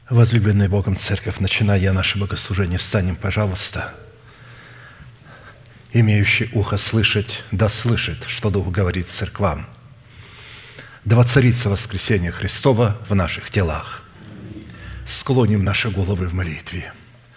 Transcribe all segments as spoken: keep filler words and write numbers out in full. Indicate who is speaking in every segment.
Speaker 1: Возлюбленная Богом Церковь, начиная наше богослужение, встанем, пожалуйста. Имеющий ухо слышать, да слышит, что Дух говорит церквам. Да воцарится воскресение Христова в наших телах. Склоним наши головы в молитве.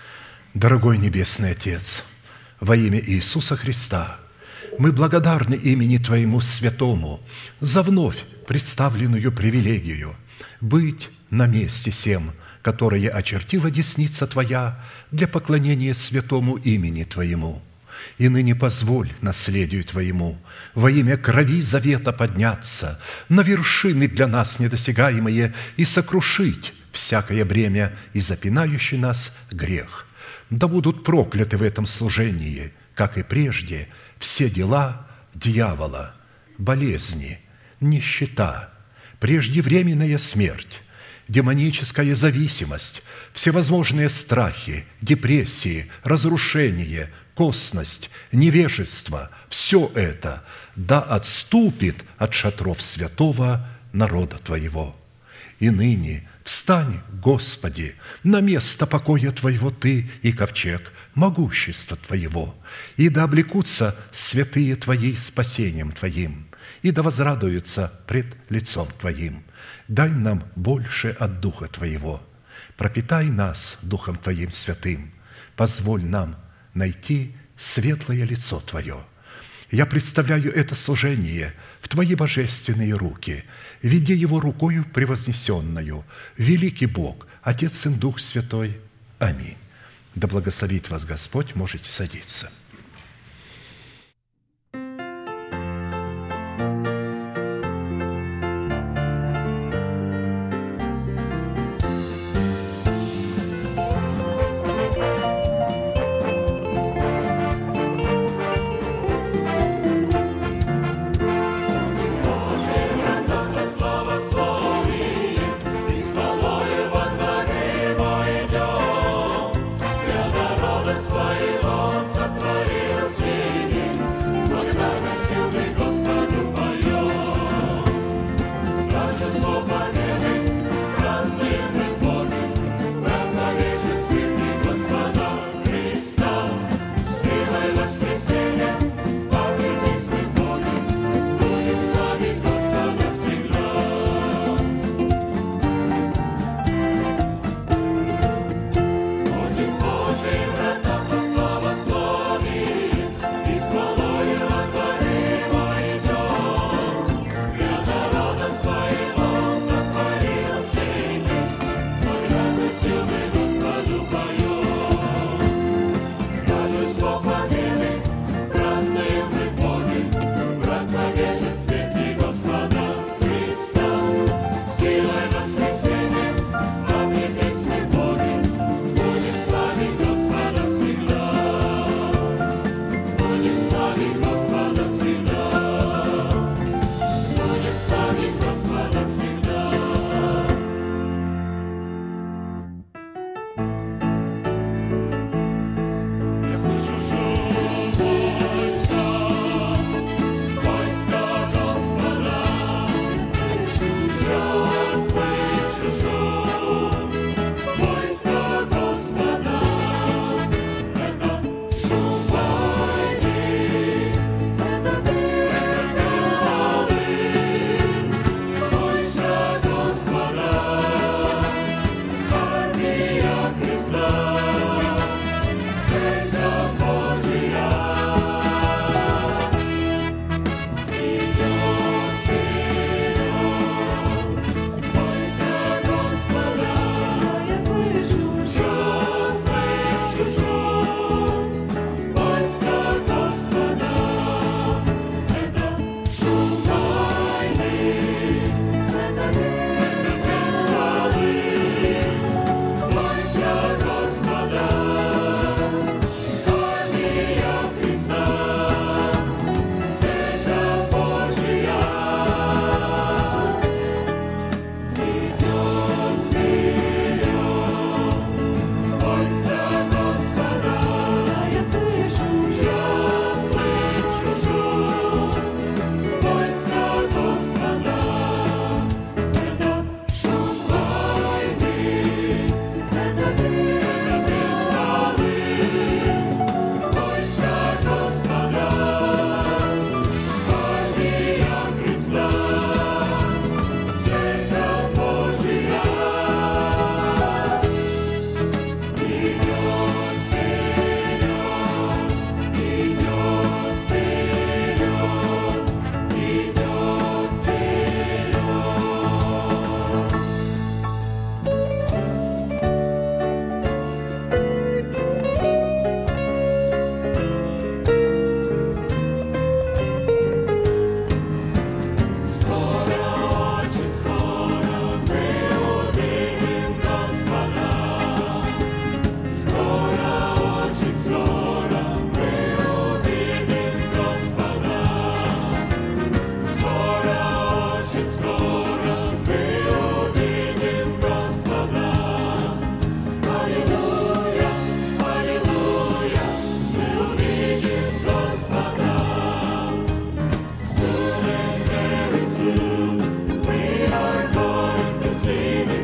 Speaker 1: Дорогой Небесный Отец, во имя Иисуса Христа, мы благодарны имени Твоему Святому за вновь представленную привилегию быть на месте сем, которое очертила десница Твоя для поклонения святому имени Твоему. И ныне позволь наследию Твоему во имя крови завета подняться на вершины для нас недосягаемые и сокрушить всякое бремя и запинающий нас грех. Да будут прокляты в этом служении, как и прежде, все дела дьявола, болезни, нищета, преждевременная смерть, демоническая зависимость, всевозможные страхи, депрессии, разрушение, косность, невежество – все это да отступит от шатров святого народа Твоего. И ныне встань, Господи, на место покоя Твоего Ты и ковчег могущества Твоего, и да облекутся святые Твои спасением Твоим, и да возрадуются пред лицом Твоим. Дай нам больше от Духа Твоего, пропитай нас Духом Твоим святым, позволь нам найти светлое лицо Твое. Я представляю это служение в Твои божественные руки, веди его рукою превознесенную, великий Бог, Отец, Сын, Дух Святой. Аминь. Да благословит вас Господь, можете садиться.
Speaker 2: Своего сотворил.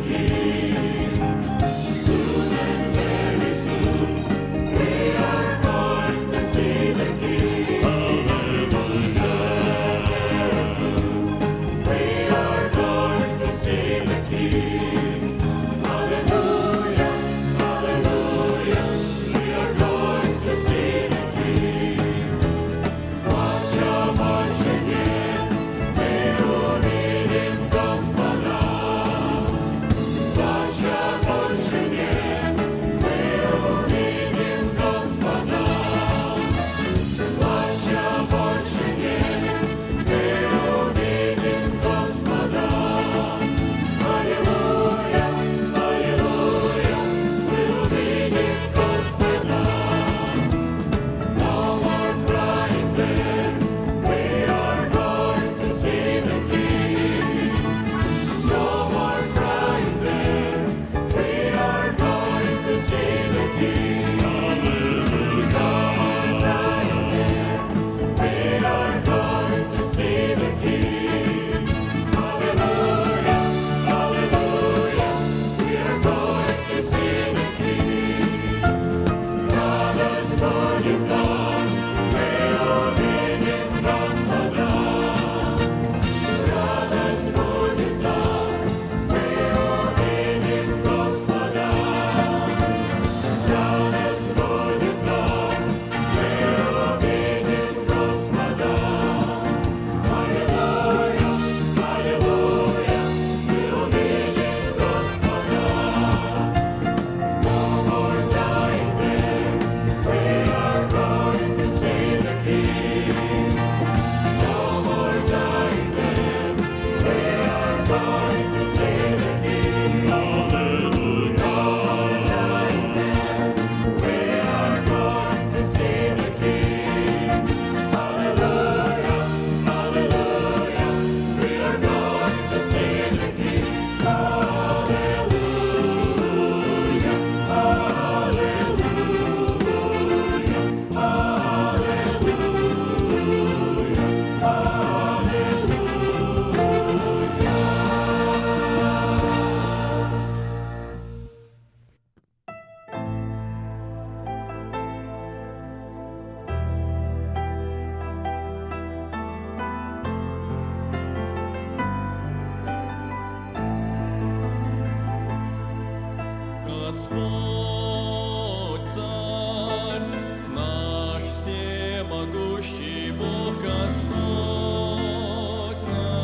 Speaker 2: Господь, Царь, наш всемогущий Бог, Господь,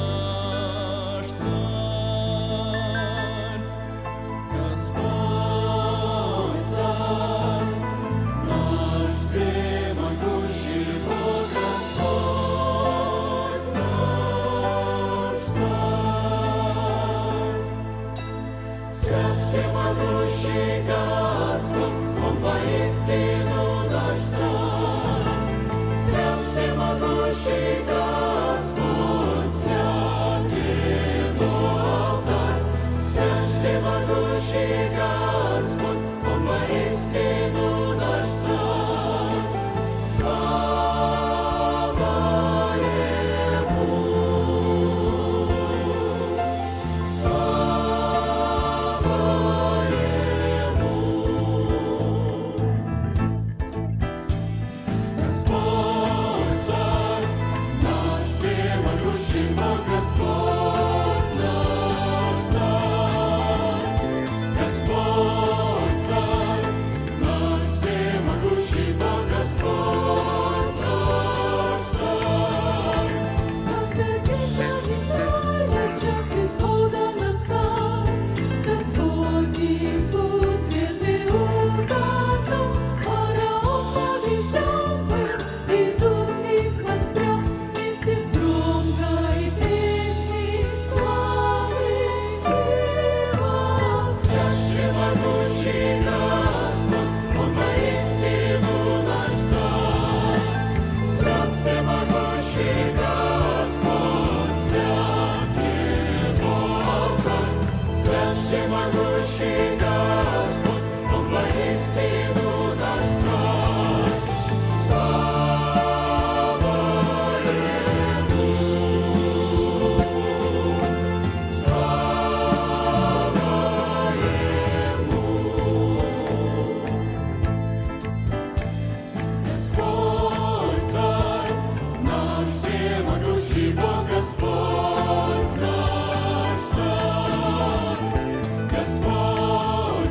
Speaker 2: наш Царь. Господь, Царь, наш всемогущий Бог, Господь, наш Царь. Свят всемогущий Господь, Он воистину наш Царь. Свят всемогущий Господь, свят Его алтарь. Свят всемогущий Господь, Он воистину наш Царь. Слава Ему! Слава Ему! Господь, Царь, наш всемогущий Бог, Господь, наш Царь. Господь, Царь, наш всемогущий Бог, Господь, наш Царь.
Speaker 3: Когда детям Израиля час исхода настал, Господь им путь верный указал. Фараон побежден был, и дух их воспрял, вместе с громкой песней славы и восхвалы.
Speaker 2: Свят всемогущий Господь, Он воистину наш Царь. Свят всемогущий Господь, свят Его алтарь. Свят всемогущий Господь, Он воистину наш Царь. Слава Ему! Слава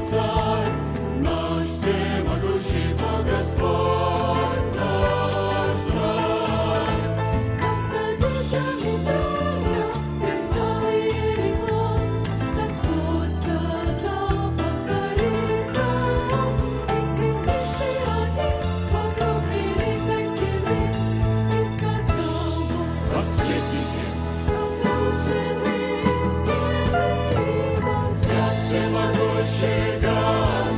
Speaker 2: Царь, наш всемогущий Бог Господь, наш Царь.
Speaker 3: Когда детям Израиля предстал Иерихон, Господь сказал, покориться. И пришли они вокруг великой стены, и сказал Бог:
Speaker 2: Воскликните,
Speaker 3: разрушены стены,
Speaker 2: свят всемогущий Господь.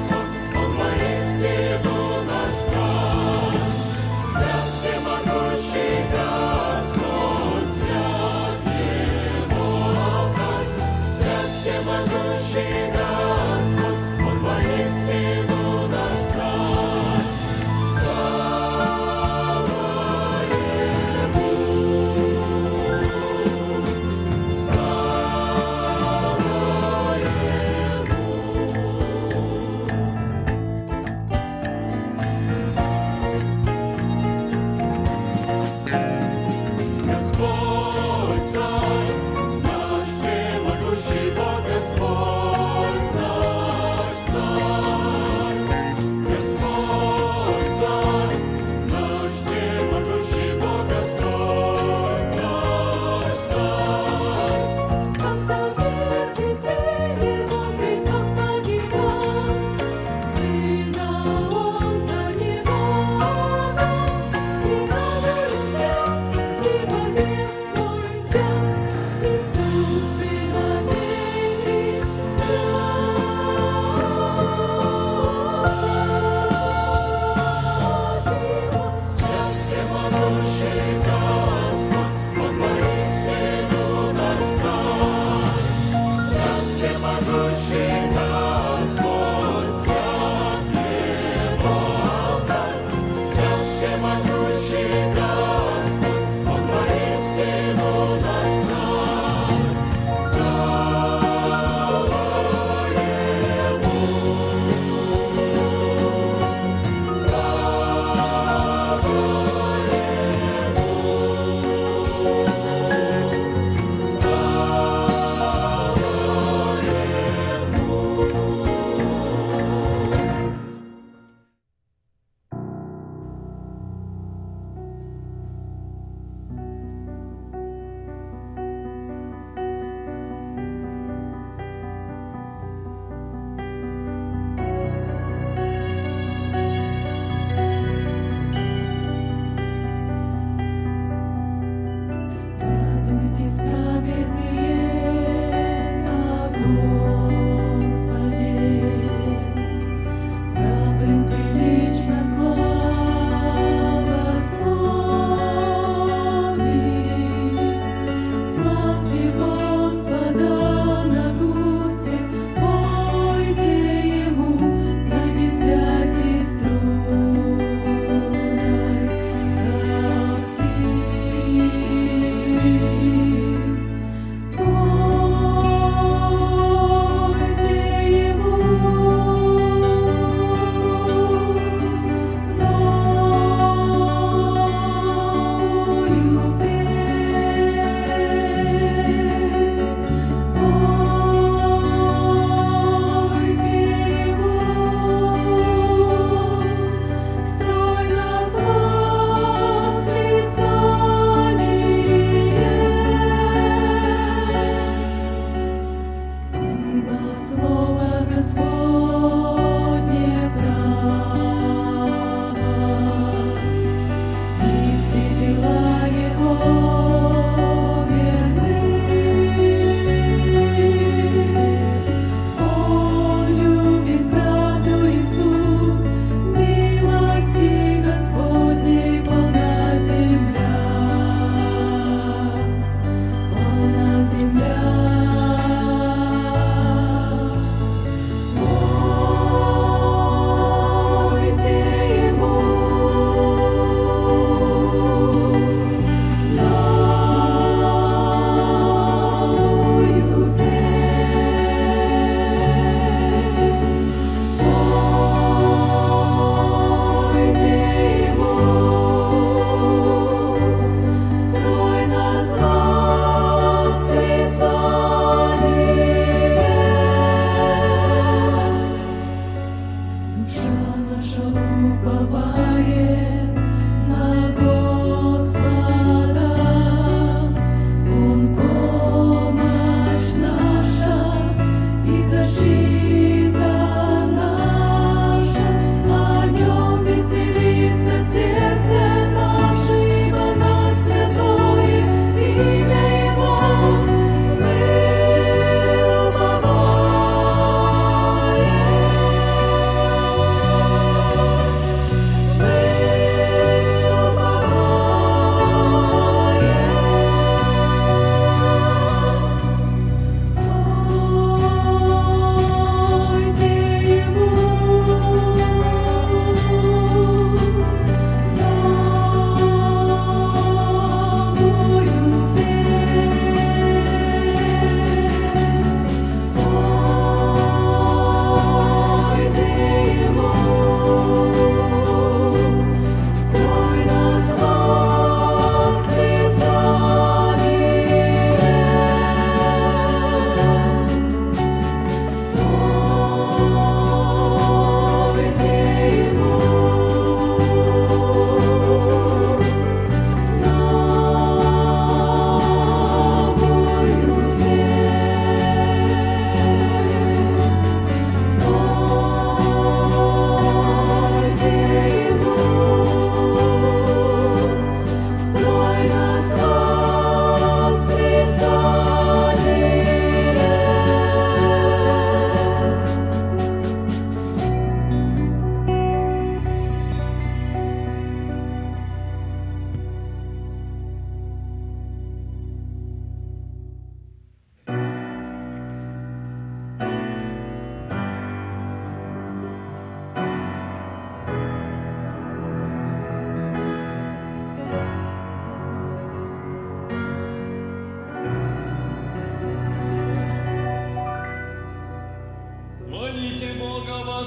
Speaker 4: Хвалите Бога во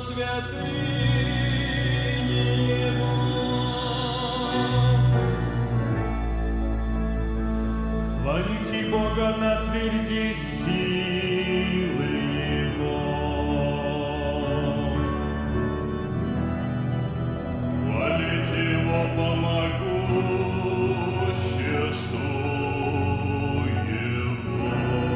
Speaker 4: святыне Его. Хвалите Бога на тверди силы Его. Хвалите Его по могуществу Его.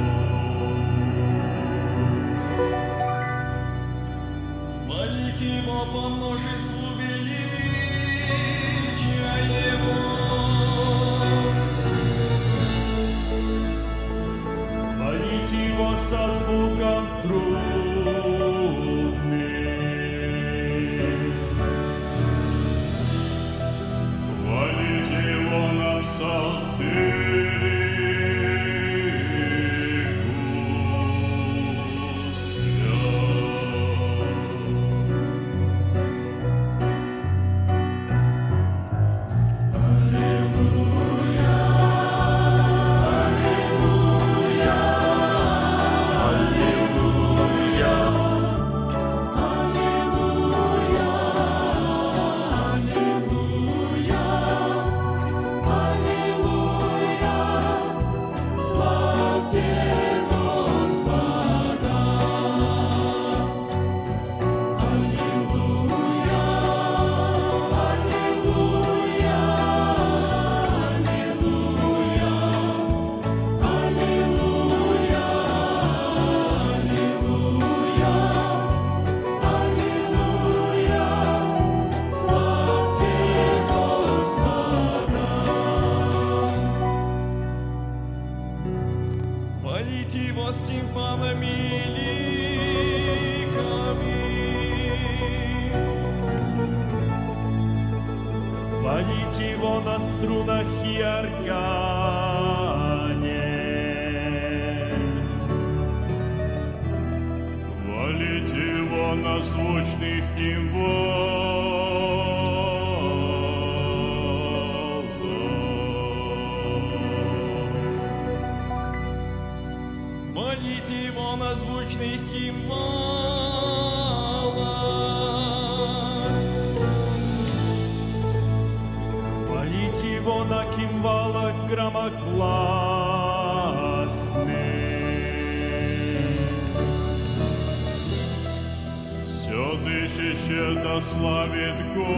Speaker 4: Хвалите Его по множеству величия Его. Хвалите Его со звуком трубным. Хвалите Его на псалтыре Хвалите Его с тимпанами и ликами. Хвалите Его на струнах и органе. Хвалите Его на звучных кимвалах. Хвалите Его на звучных кимвалах. Хвалите Его на кимвалах громогласных. Все дышащее да славит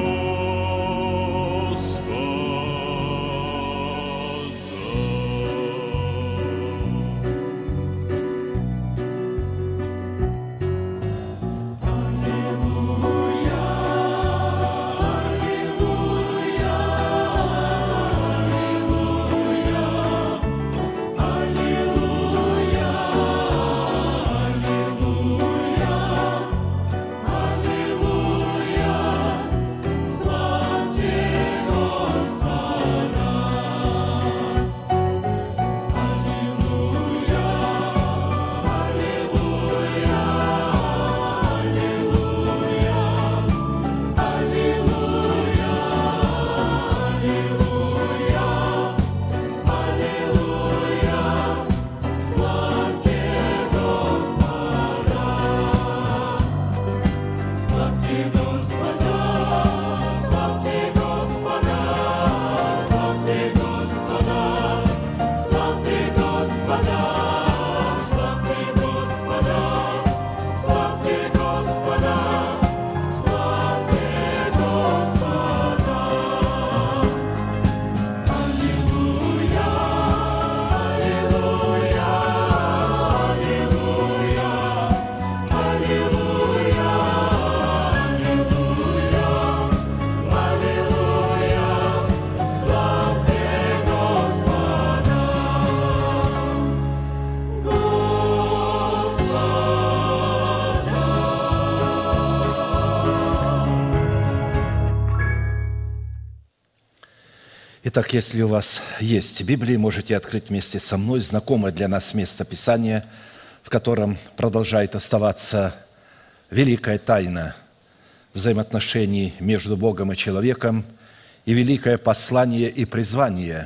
Speaker 1: Итак, если у вас есть Библия, можете открыть вместе со мной знакомое для нас место Писания, в котором продолжает оставаться великая тайна взаимоотношений между Богом и человеком и великое послание и призвание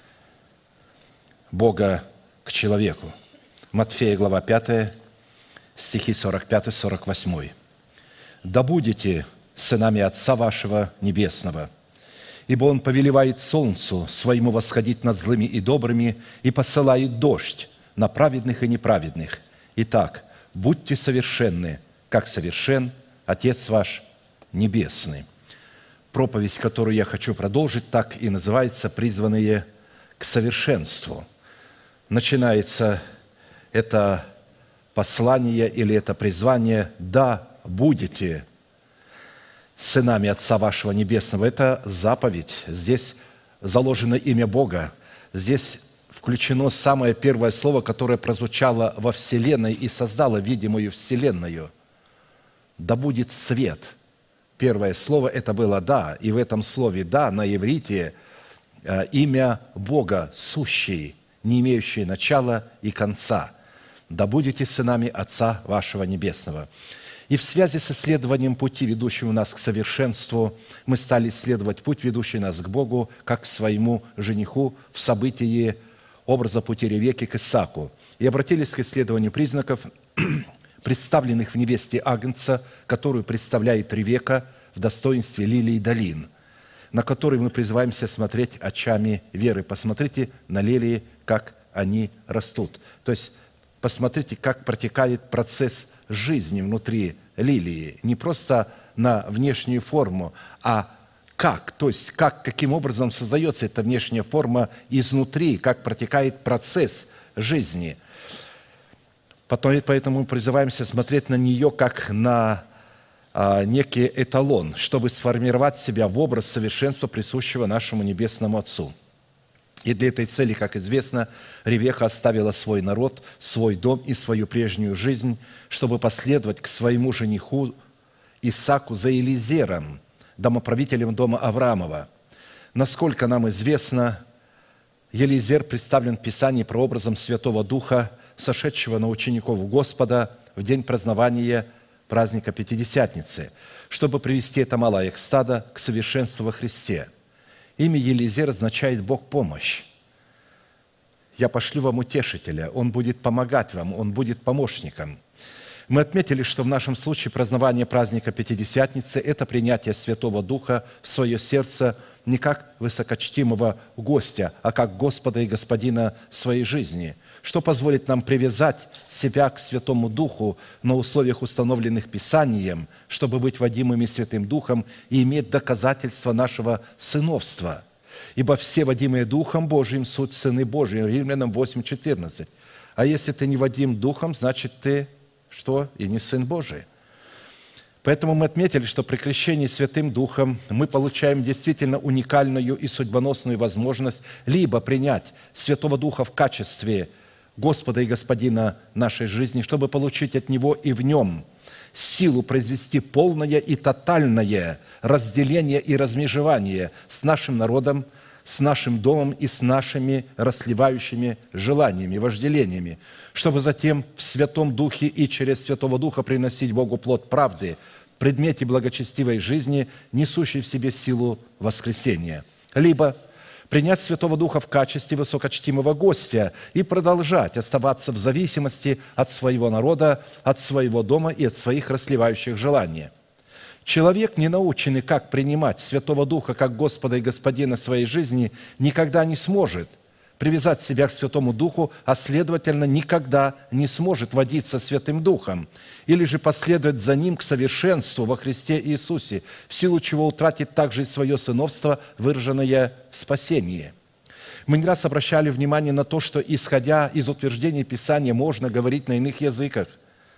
Speaker 1: Бога к человеку. Матфея, глава пятая, стихи сорок пять сорок восемь. «Да будете сынами Отца вашего Небесного, ибо Он повелевает солнцу своему восходить над злыми и добрыми и посылает дождь на праведных и неправедных. Итак, будьте совершенны, как совершен Отец ваш Небесный». Проповедь, которую я хочу продолжить, так и называется «Призванные к совершенству». Начинается это послание или это призвание «Да будете сынами Отца вашего Небесного». Это заповедь. Здесь заложено имя Бога. Здесь включено самое первое слово, которое прозвучало во Вселенной и создало видимую Вселенную. «Да будет свет». Первое слово – это было «да», и в этом слове «да» на иврите имя Бога сущий, не имеющий начала и конца. «Да будете сынами Отца вашего Небесного». И в связи с исследованием пути, ведущего нас к совершенству, мы стали исследовать путь, ведущий нас к Богу, как к своему жениху в событии образа пути Ревекки к Исааку. И обратились к исследованию признаков, представленных в невесте Агнца, которую представляет Ревекка в достоинстве лилий долин, на которые мы призываемся смотреть очами веры. Посмотрите на лилии, как они растут. То есть посмотрите, как протекает процесс жизни внутри лилии. Не просто на внешнюю форму, а как, то есть как, каким образом создается эта внешняя форма изнутри, как протекает процесс жизни. Потом, поэтому мы призываемся смотреть на нее как на а, некий эталон, чтобы сформировать себя в образ совершенства, присущего нашему Небесному Отцу. И для этой цели, как известно, Ревекка оставила свой народ, свой дом и свою прежнюю жизнь, чтобы последовать к своему жениху Исааку за Элизером, домоправителем дома Авраамова. Насколько нам известно, Елизер представлен в Писании прообразом Святого Духа, сошедшего на учеников Господа в день празднования праздника Пятидесятницы, чтобы привести это малое стадо к совершенству во Христе. Имя Елизер означает «Бог помощь». «Я пошлю вам утешителя, он будет помогать вам, он будет помощником». Мы отметили, что в нашем случае празднование праздника Пятидесятницы – это принятие Святого Духа в свое сердце не как высокочтимого гостя, а как Господа и Господина своей жизни, что позволит нам привязать себя к Святому Духу на условиях, установленных Писанием, чтобы быть водимыми Святым Духом и иметь доказательство нашего сыновства. Ибо все, водимые Духом Божиим, суть сыны Божии. Римлянам восемь четырнадцать. А если ты не водим Духом, значит, ты что? И не сын Божий. Поэтому мы отметили, что при крещении Святым Духом мы получаем действительно уникальную и судьбоносную возможность либо принять Святого Духа в качестве Господа и Господина нашей жизни, чтобы получить от Него и в Нем силу произвести полное и тотальное разделение и размежевание с нашим народом, с нашим домом и с нашими расслевающими желаниями, вожделениями, чтобы затем в Святом Духе и через Святого Духа приносить Богу плод правды в предмете благочестивой жизни, несущей в себе силу воскресения. Либо принять Святого Духа в качестве высокочтимого гостя и продолжать оставаться в зависимости от своего народа, от своего дома и от своих расслевающих желаний. Человек, не наученный, как принимать Святого Духа как Господа и Господина своей жизни, никогда не сможет привязать себя к Святому Духу, а, следовательно, никогда не сможет водиться Святым Духом или же последовать за Ним к совершенству во Христе Иисусе, в силу чего утратит также и свое сыновство, выраженное в спасении. Мы не раз обращали внимание на то, что, исходя из утверждений Писания, можно говорить на иных языках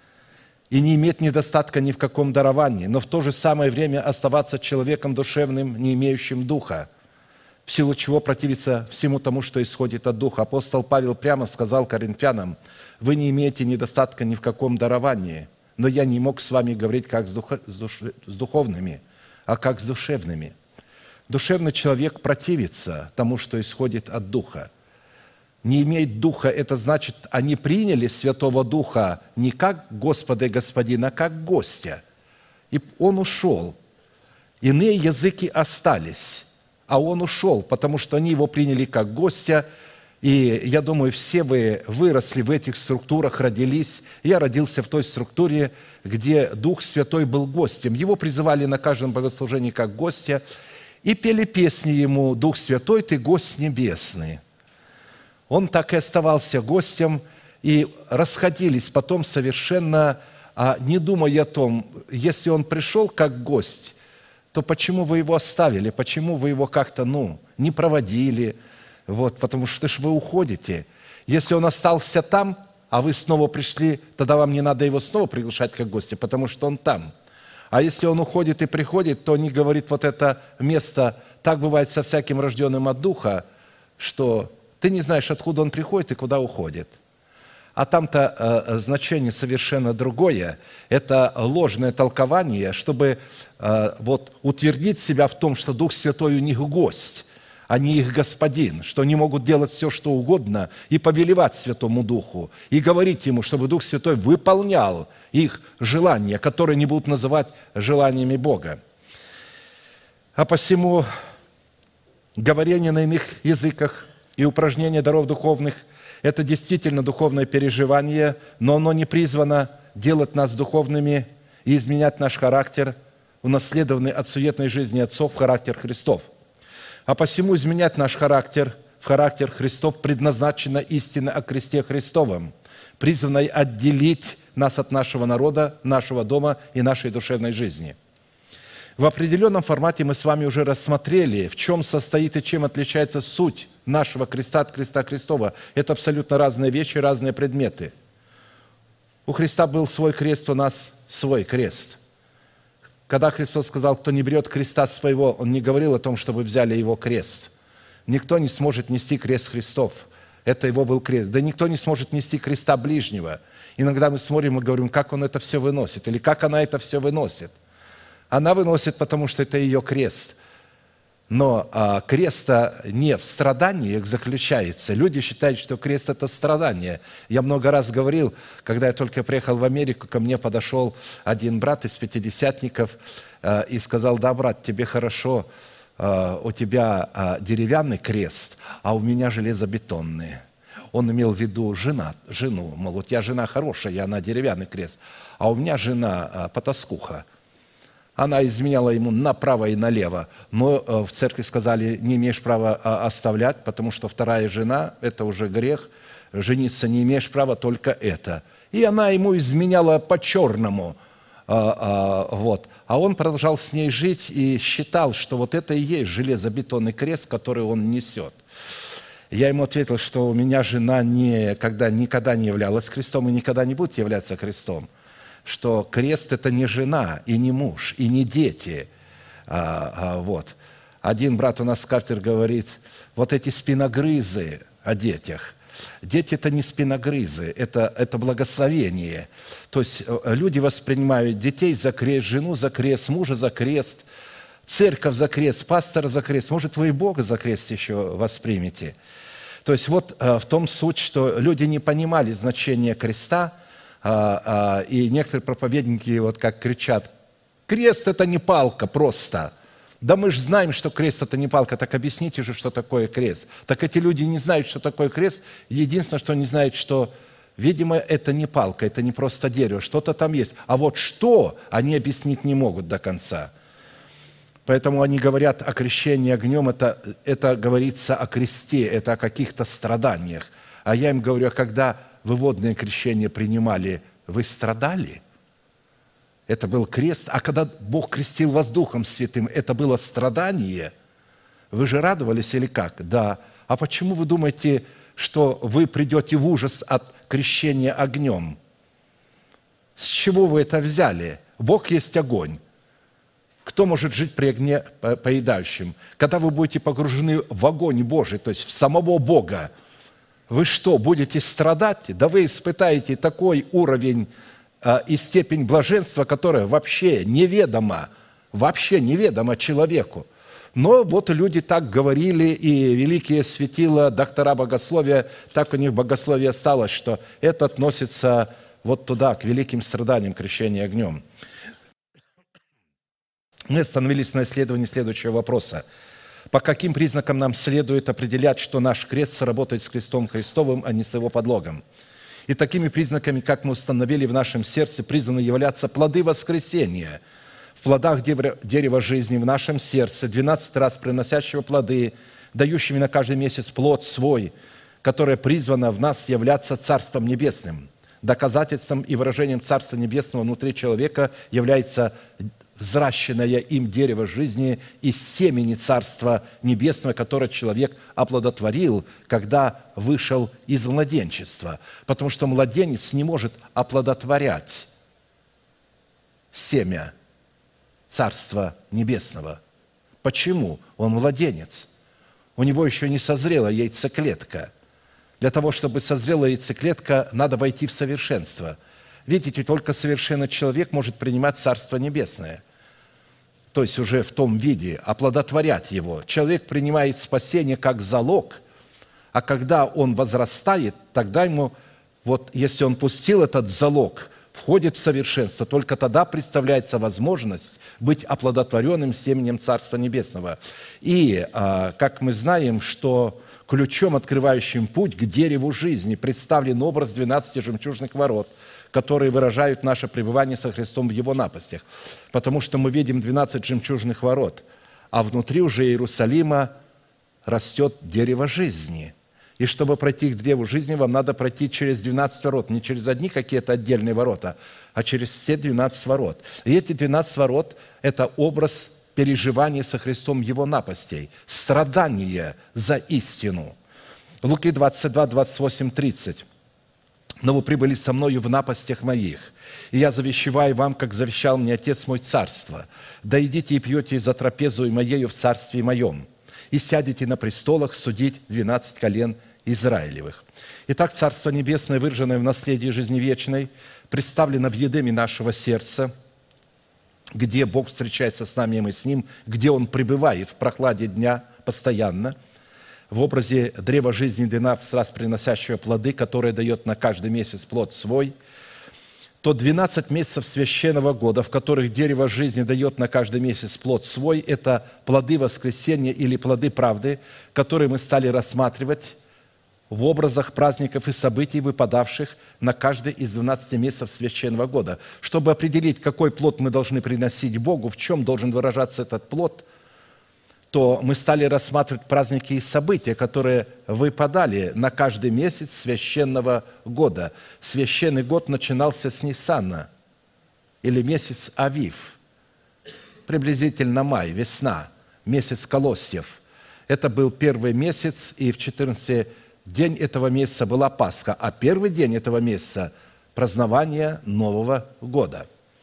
Speaker 1: и не иметь недостатка ни в каком даровании, но в то же самое время оставаться человеком душевным, не имеющим духа, в силу чего противиться всему тому, что исходит от Духа. Апостол Павел прямо сказал Коринфянам: «Вы не имеете недостатка ни в каком даровании, но я не мог с вами говорить как с, дух... с, душ... с духовными, а как с душевными». Душевный человек противится тому, что исходит от Духа. Не иметь Духа – это значит, они приняли Святого Духа не как Господа и Господина, а как гостя. И Он ушел. Иные языки остались, а Он ушел, потому что они Его приняли как гостя, И я думаю, все вы выросли в этих структурах, родились. Я родился в той структуре, где Дух Святой был гостем. Его призывали на каждом богослужении как гостя, и пели песни ему: «Дух Святой, ты гость небесный». Он так и оставался гостем, и расходились потом совершенно, не думая о том, если он пришел как гость, то почему вы его оставили, почему вы его как-то, ну, не проводили, вот, потому что ж вы уходите. Если он остался там, а вы снова пришли, тогда вам не надо его снова приглашать как гостя, потому что он там. А если он уходит и приходит, то не говорит вот это место, так бывает со всяким рожденным от Духа, что ты не знаешь, откуда он приходит и куда уходит. А там-то э, значение совершенно другое. Это ложное толкование, чтобы э, вот, утвердить себя в том, что Дух Святой у них гость, а не их господин, что они могут делать все, что угодно, и повелевать Святому Духу, и говорить Ему, чтобы Дух Святой выполнял их желания, которые они будут называть желаниями Бога. А посему говорение на иных языках и упражнение даров духовных – это действительно духовное переживание, но оно не призвано делать нас духовными и изменять наш характер, унаследованный от суетной жизни отцов, в характер Христов. А посему изменять наш характер в характер Христов предназначена истина о кресте Христовом, призванной отделить нас от нашего народа, нашего дома и нашей душевной жизни. В определенном формате мы с вами уже рассмотрели, в чем состоит и чем отличается суть нашего креста от креста Христова. Это абсолютно разные вещи, разные предметы. У Христа был свой крест, у нас свой крест. Когда Христос сказал, кто не берет креста своего, Он не говорил о том, чтобы взяли Его крест. Никто не сможет нести крест Христов. Это Его был крест. Да никто не сможет нести креста ближнего. Иногда мы смотрим и говорим, как Он это все выносит, или как она это все выносит. Она выносит, потому что это ее крест. Но а, крест не в страданиях заключается. Люди считают, что крест – это страдание. Я много раз говорил, когда я только приехал в Америку, ко мне подошел один брат из пятидесятников а, и сказал: да, брат, тебе хорошо, а, у тебя а, деревянный крест, а у меня железобетонный. Он имел в виду жена, жену, мол, у тебя жена хорошая, и она деревянный крест, а у меня жена а, потаскуха. Она изменяла ему направо и налево. Но в церкви сказали, не имеешь права оставлять, потому что вторая жена – это уже грех. Жениться не имеешь права, только это. И она ему изменяла по-черному. Вот. А он продолжал с ней жить и считал, что вот это и есть железобетонный крест, который он несет. Я ему ответил, что у меня жена никогда, никогда не являлась крестом и никогда не будет являться крестом. Что крест – это не жена, и не муж, и не дети. А, а, вот. Один брат у нас кафедр говорит, вот эти спиногрызы о детях. Дети – это не спиногрызы, это, это благословение. То есть люди воспринимают детей за крест, жену за крест, мужа за крест, церковь за крест, пастора за крест. Может, вы и Бога за крест еще воспримете. То есть вот в том суть, что люди не понимали значения креста, и некоторые проповедники вот как кричат: крест – это не палка просто. Да мы же знаем, что крест – это не палка, так объясните же, что такое крест. Так эти люди не знают, что такое крест. Единственное, что они знают, что, видимо, это не палка, это не просто дерево, что-то там есть. А вот что, они объяснить не могут до конца. Поэтому они говорят о крещении огнем, это, это говорится о кресте, это о каких-то страданиях. А я им говорю, а когда вы водное крещение принимали, вы страдали? Это был крест. А когда Бог крестил вас Духом Святым, это было страдание? Вы же радовались или как? Да. А почему вы думаете, что вы придете в ужас от крещения огнем? С чего вы это взяли? Бог есть огонь. Кто может жить при огне поедающем? Когда вы будете погружены в огонь Божий, то есть в самого Бога, вы что, будете страдать? Да вы испытаете такой уровень э, и степень блаженства, которая вообще неведома, вообще неведома человеку. Но вот люди так говорили, и великие светила, доктора богословия, так у них в богословии осталось, что это относится вот туда, к великим страданиям крещения огнем. Мы остановились на исследовании следующего вопроса. По каким признакам нам следует определять, что наш крест сработает с крестом Христовым, а не с его подлогом? И такими признаками, как мы установили в нашем сердце, призваны являться плоды воскресения. В плодах дерева жизни в нашем сердце, двенадцать раз приносящего плоды, дающими на каждый месяц плод свой, которое призвано в нас являться Царством Небесным. Доказательством и выражением Царства Небесного внутри человека является взращенное им дерево жизни из семени Царства Небесного, которое человек оплодотворил, когда вышел из младенчества. Потому что младенец не может оплодотворять семя Царства Небесного. Почему? Он младенец. У него еще не созрела яйцеклетка. Для того, чтобы созрела яйцеклетка, надо войти в совершенство. Видите, только совершенный человек может принимать Царство Небесное. То есть уже в том виде, оплодотворять его. Человек принимает спасение как залог, а когда он возрастает, тогда ему, вот если он пустил этот залог, входит в совершенство, только тогда представляется возможность быть оплодотворенным семенем Царства Небесного. И, как мы знаем, что ключом, открывающим путь к дереву жизни, представлен образ двенадцати жемчужных ворот, которые выражают наше пребывание со Христом в Его напастях. Потому что мы видим двенадцать жемчужных ворот, а внутри уже Иерусалима растет дерево жизни. И чтобы пройти к древу жизни, вам надо пройти через двенадцать ворот, не через одни какие-то отдельные ворота, а через все двенадцать ворот. И эти двенадцать ворот – это образ переживания со Христом Его напастей, страдания за истину. Луки двадцать два, двадцать восемь, тридцать. «Но вы прибыли со мною в напастях моих, и я завещеваю вам, как завещал мне Отец мой царство. Да идите и пьете за трапезу моею в царстве моем, и сядете на престолах судить двенадцать колен Израилевых». Итак, Царство Небесное, выраженное в наследии жизни вечной, представлено в едеме нашего сердца, где Бог встречается с нами, и мы с Ним, где Он пребывает в прохладе дня постоянно, в образе древа жизни двенадцать раз приносящего плоды, которое дает на каждый месяц плод свой, то двенадцать месяцев священного года, в которых дерево жизни дает на каждый месяц плод свой, это плоды воскресения или плоды правды, которые мы стали рассматривать в образах праздников и событий, выпадавших на каждый из двенадцати месяцев священного года. Чтобы определить, какой плод мы должны приносить Богу, в чем должен выражаться этот плод, то мы стали рассматривать праздники и события, которые выпадали на каждый месяц священного года. Священный год начинался с Ниссана, или месяц Авив, приблизительно май, весна, месяц колосьев. Это был первый месяц, и в четырнадцатый день этого месяца была Пасха, а первый день этого месяца – празднование Нового года.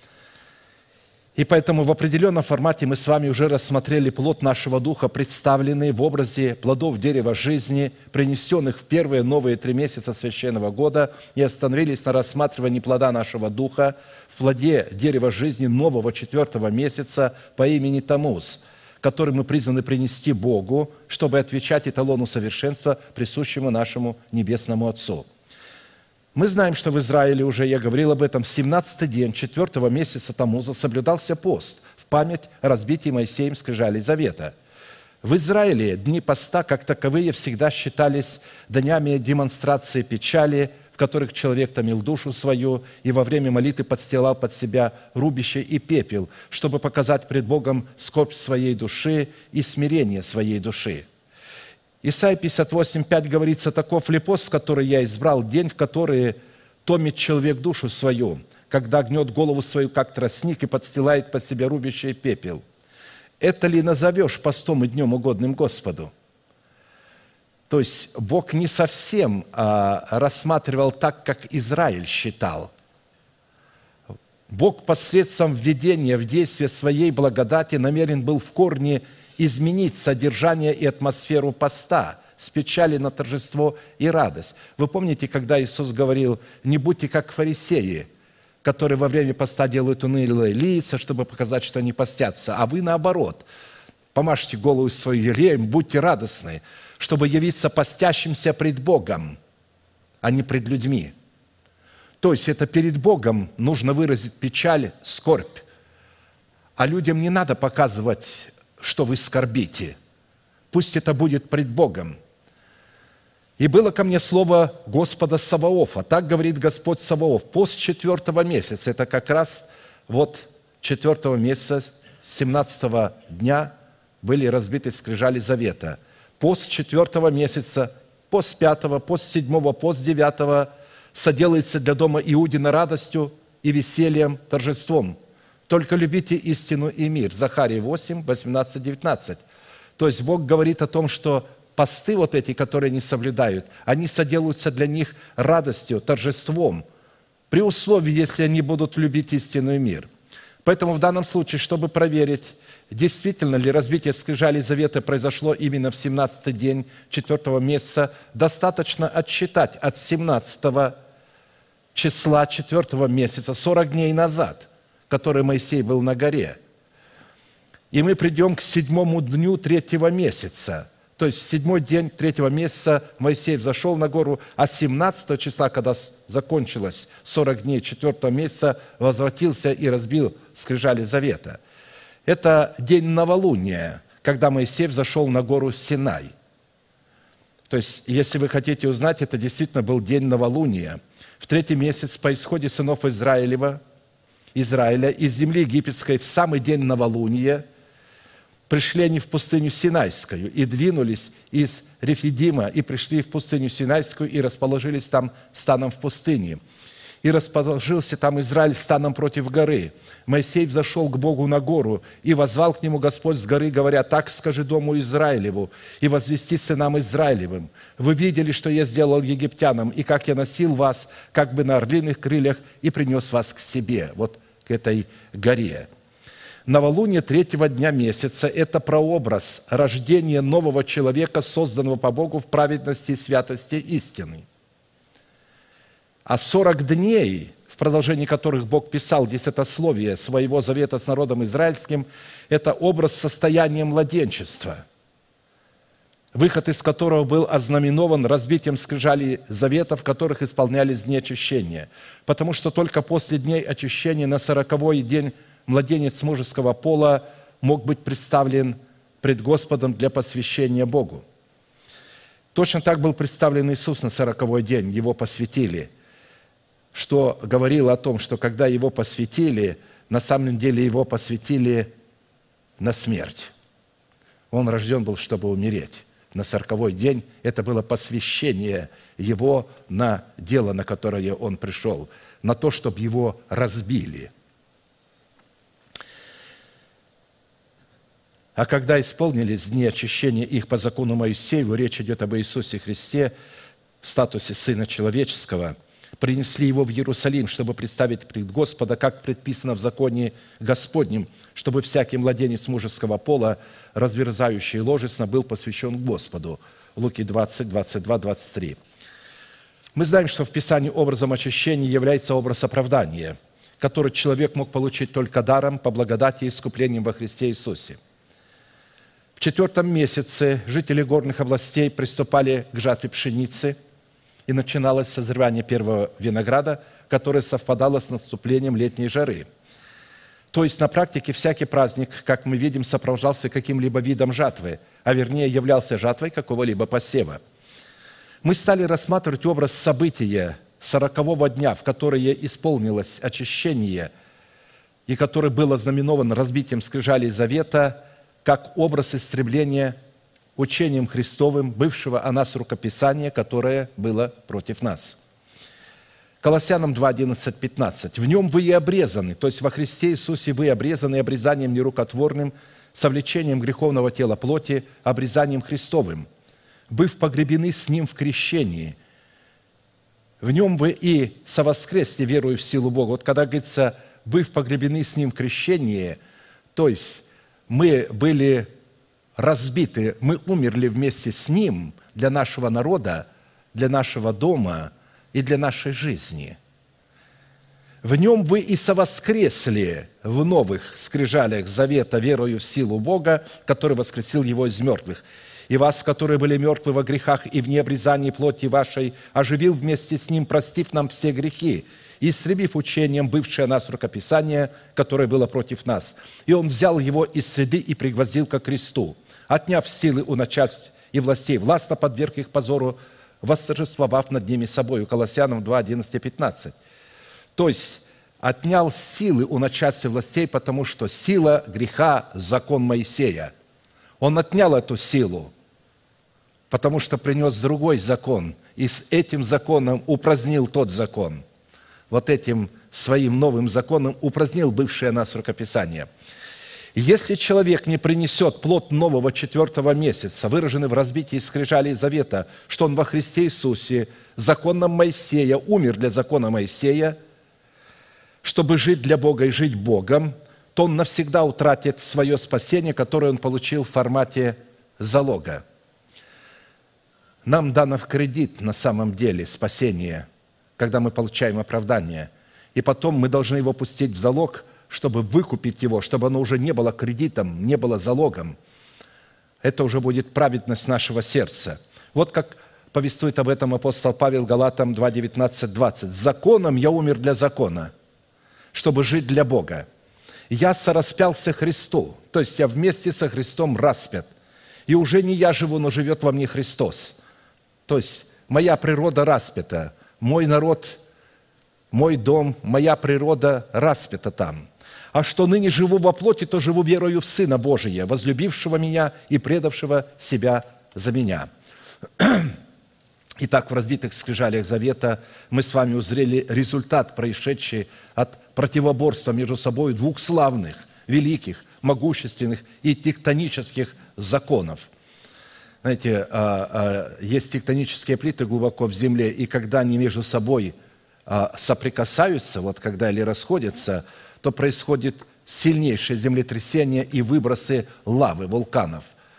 Speaker 1: И поэтому в определенном формате мы с вами уже рассмотрели плод нашего духа, представленный в образе плодов дерева жизни, принесенных в первые новые три месяца священного года, и остановились на рассматривании плода нашего духа в плоде дерева жизни нового четвертого месяца по имени Таммуз, который мы призваны принести Богу, чтобы отвечать эталону совершенства, присущему нашему Небесному Отцу. Мы знаем, что в Израиле уже, я говорил об этом, семнадцатый день четвертого месяца Таммуза соблюдался пост в память о разбитии Моисеем скрижалей завета. В Израиле дни поста, как таковые, всегда считались днями демонстрации печали, в которых человек томил душу свою и во время молитвы подстилал под себя рубище и пепел, чтобы показать пред Богом скорбь своей души и смирение своей души. Исайя пятьдесят восемь, пять говорится: «Таков ли пост, который я избрал, день, в который томит человек душу свою, когда гнет голову свою, как тростник, и подстилает под себя рубище и пепел. Это ли назовешь постом и днем угодным Господу?» То есть Бог не совсем а, рассматривал так, как Израиль считал. Бог посредством введения в действие своей благодати намерен был в корне изменить содержание и атмосферу поста с печали на торжество и радость. Вы помните, когда Иисус говорил: «Не будьте как фарисеи, которые во время поста делают унылые лица, чтобы показать, что они постятся, а вы наоборот, помажьте голову свою елеем, будьте радостны, чтобы явиться постящимся пред Богом, а не пред людьми». То есть это перед Богом нужно выразить печаль, скорбь, а людям не надо показывать, что вы скорбите. пусть это будет пред Богом. И было ко мне слово Господа Саваофа. Так говорит Господь Саваоф. Пост четвертого месяца, это как раз вот четвертого месяца, семнадцатого дня были разбиты скрижали завета. Пост четвертого месяца, пост пятого, пост седьмого, пост девятого соделается для дома Иудина радостью и весельем, торжеством. Только любите истину и мир. Захария восемь, восемнадцать, девятнадцать. То есть Бог говорит о том, что посты вот эти, которые не соблюдают, они соделаются для них радостью, торжеством, при условии, если они будут любить истину и мир. Поэтому в данном случае, чтобы проверить, действительно ли разбитие скрижалей завета произошло именно в семнадцатый день четвертого месяца, достаточно отсчитать от семнадцатого числа четвертого месяца сорок дней назад, который Моисей был на горе. И мы придем к седьмому дню третьего месяца. То есть в седьмой день третьего месяца Моисей взошел на гору, а семнадцатого числа, когда закончилось сорок дней четвертого месяца, возвратился и разбил скрижали завета. Это день новолуния, когда Моисей взошел на гору Синай. То есть, если вы хотите узнать, это действительно был день новолуния. В третий месяц по исходе сынов Израилева, Израиля из земли египетской в самый день новолуния пришли они в пустыню Синайскую и двинулись из Рефидима и пришли в пустыню Синайскую и расположились там станом в пустыне. И расположился там Израиль станом против горы. Моисей взошел к Богу на гору, и воззвал к нему Господь с горы, говоря: «Так скажи дому Израилеву, и возвести сынам Израилевым: вы видели, что я сделал египтянам, и как я носил вас, как бы на орлиных крыльях, и принес вас к себе», вот к этой горе. Новолуние третьего дня месяца – это прообраз рождения нового человека, созданного по Богу в праведности и святости истины. А сорок дней, в продолжении которых Бог писал десятословие своего завета с народом израильским, это образ состояния младенчества, выход из которого был ознаменован разбитием скрижалей завета, в которых исполнялись дни очищения. Потому что только после дней очищения на сороковой день младенец мужеского пола мог быть представлен пред Господом для посвящения Богу. Точно так был представлен Иисус на сороковой день, Его посвятили, что говорило о том, что когда Его посвятили, на самом деле Его посвятили на смерть. Он рожден был, чтобы умереть. На сороковой день это было посвящение Его на дело, на которое Он пришел, на то, чтобы Его разбили. А когда исполнились дни очищения их по закону Моисееву, речь идет об Иисусе Христе в статусе Сына Человеческого, принесли Его в Иерусалим, чтобы представить пред Господа, как предписано в законе Господнем, чтобы всякий младенец мужеского пола, разверзающий ложесно, был посвящен Господу. Луки двадцать, двадцать два, двадцать три. Мы знаем, что в Писании образом очищения является образ оправдания, который человек мог получить только даром, по благодати и искуплением во Христе Иисусе. В четвертом месяце жители горных областей приступали к жатве пшеницы, и начиналось созревание первого винограда, которое совпадало с наступлением летней жары. То есть на практике всякий праздник, как мы видим, сопровождался каким-либо видом жатвы, а вернее являлся жатвой какого-либо посева. Мы стали рассматривать образ события сорокового дня, в которое исполнилось очищение и который был ознаменован разбитием скрижалей завета, как образ истребления учением Христовым бывшего о нас рукописания, которое было против нас. Колоссянам два, одиннадцать, пятнадцать. «В нем вы и обрезаны», то есть во Христе Иисусе вы обрезаны обрезанием нерукотворным, совлечением греховного тела плоти, обрезанием Христовым, быв погребены с Ним в крещении. В нем вы и совоскресли, веруя в силу Бога. Вот когда говорится, быв погребены с Ним в крещении, то есть мы были разбиты, мы умерли вместе с Ним для нашего народа, для нашего дома и для нашей жизни. В Нем вы и совоскресли в новых скрижалях завета, верою в силу Бога, который воскресил Его из мертвых. И вас, которые были мертвы во грехах и в необрезании плоти вашей, оживил вместе с Ним, простив нам все грехи, и истребив учением бывшее о нас рукописание, которое было против нас. И Он взял его из среды и пригвоздил ко кресту. отняв силы у начальств и властей, властно подверг их позору, восторжествовав над ними собою». Колоссянам два, одиннадцать, пятнадцать. То есть, отнял силы у начальств и властей, потому что сила греха – закон Моисея. Он отнял эту силу, потому что принес другой закон, и с этим законом упразднил тот закон. Вот этим своим новым законом упразднил бывшее нас рукописание. Если человек не принесет плод нового четвертого месяца, выраженный в разбитии скрижалей завета, что он во Христе Иисусе, законом Моисея, умер для закона Моисея, чтобы жить для Бога и жить Богом, то он навсегда утратит свое спасение, которое он получил в формате залога. Нам дано в кредит на самом деле спасение, когда мы получаем оправдание. И потом мы должны его пустить в залог, чтобы выкупить его, чтобы оно уже не было кредитом, не было залогом. Это уже будет праведность нашего сердца. Вот как повествует об этом апостол Павел Галатам два, девятнадцать, двадцать. «Законом я умер для закона, чтобы жить для Бога. Я сораспялся Христу». То есть я вместе со Христом распят. «И уже не я живу, но живет во мне Христос». То есть моя природа распята, мой народ, мой дом, моя природа распята там. «А что ныне живу во плоти, то живу верою в Сына Божия, возлюбившего меня и предавшего себя за меня». Итак, в разбитых скрижалях завета мы с вами узрели результат, происшедший от противоборства между собой двух славных, великих, могущественных и тектонических законов. Знаете, есть тектонические плиты глубоко в земле, и когда они между собой соприкасаются, вот когда или расходятся, то происходит сильнейшее землетрясение и выбросы лавы, вулканов.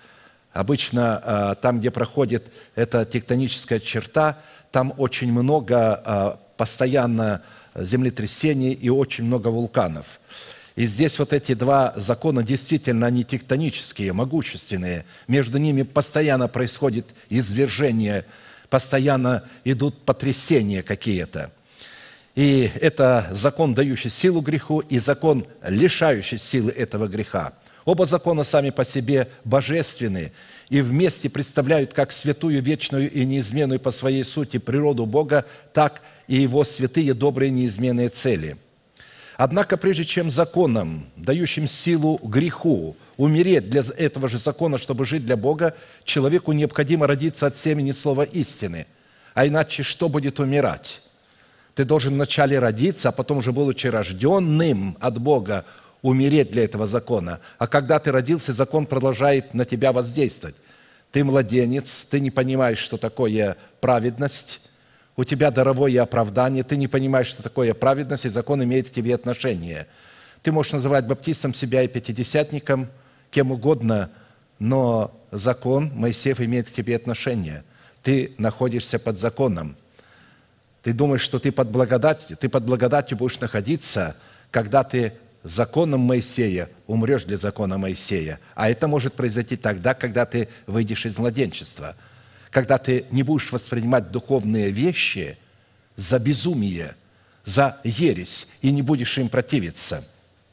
Speaker 1: Обычно там, где проходит эта тектоническая черта, там очень много постоянно землетрясений и очень много вулканов. И здесь вот эти два закона действительно они тектонические, могущественные. Между ними постоянно происходит извержение, постоянно идут потрясения какие-то. И это закон, дающий силу греху, и закон, лишающий силы этого греха. Оба закона сами по себе божественны и вместе представляют как святую, вечную и неизменную по своей сути природу Бога, так и Его святые, добрые, неизменные цели. Однако, прежде чем законом, дающим силу греху, умереть для этого же закона, чтобы жить для Бога, человеку необходимо родиться от семени слова истины. А иначе что будет умирать? Ты должен вначале родиться, а потом уже, будучи рожденным от Бога, умереть для этого закона. А когда ты родился, закон продолжает на тебя воздействовать. Ты младенец, ты не понимаешь, что такое праведность, у тебя даровое оправдание, ты не понимаешь, что такое праведность, и закон имеет к тебе отношение. Ты можешь называть баптистом себя и пятидесятником, кем угодно, но закон, Моисеев, имеет к тебе отношение. Ты находишься под законом. Ты думаешь, что ты под благодатью, ты под благодатью будешь находиться, когда ты законом Моисея умрешь для закона Моисея. А это может произойти тогда, когда ты выйдешь из младенчества, когда ты не будешь воспринимать духовные вещи за безумие, за ересь, и не будешь им противиться.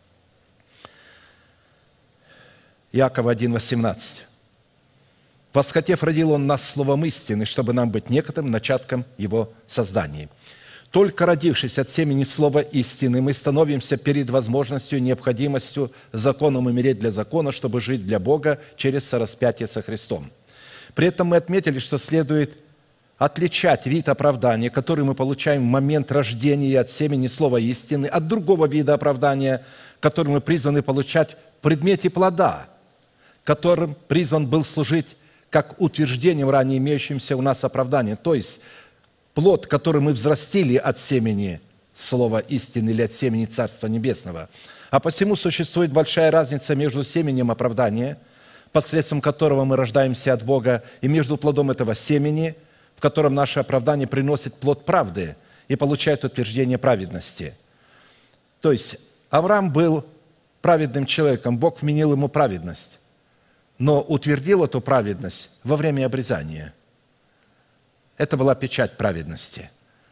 Speaker 1: Иакова один, восемнадцать. «Восхотев, родил Он нас словом истины, чтобы нам быть некоторым начатком Его создания. Только родившись от семени слова истины, мы становимся перед возможностью и необходимостью законом умереть для закона, чтобы жить для Бога через сораспятие со Христом. При этом мы отметили, что следует отличать вид оправдания, который мы получаем в момент рождения от семени слова истины, от другого вида оправдания, который мы призваны получать в предмете плода, которым призван был служить как утверждением ранее имеющимся у нас оправдания. То есть плод, который мы взрастили от семени слова истины или от семени Царства Небесного. А посему существует большая разница между семенем оправдания, посредством которого мы рождаемся от Бога, и между плодом этого семени, в котором наше оправдание приносит плод правды и получает утверждение праведности. То есть Авраам был праведным человеком, Бог вменил ему праведность, но утвердил эту праведность во время обрезания. Это была печать праведности.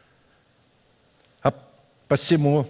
Speaker 1: А посему,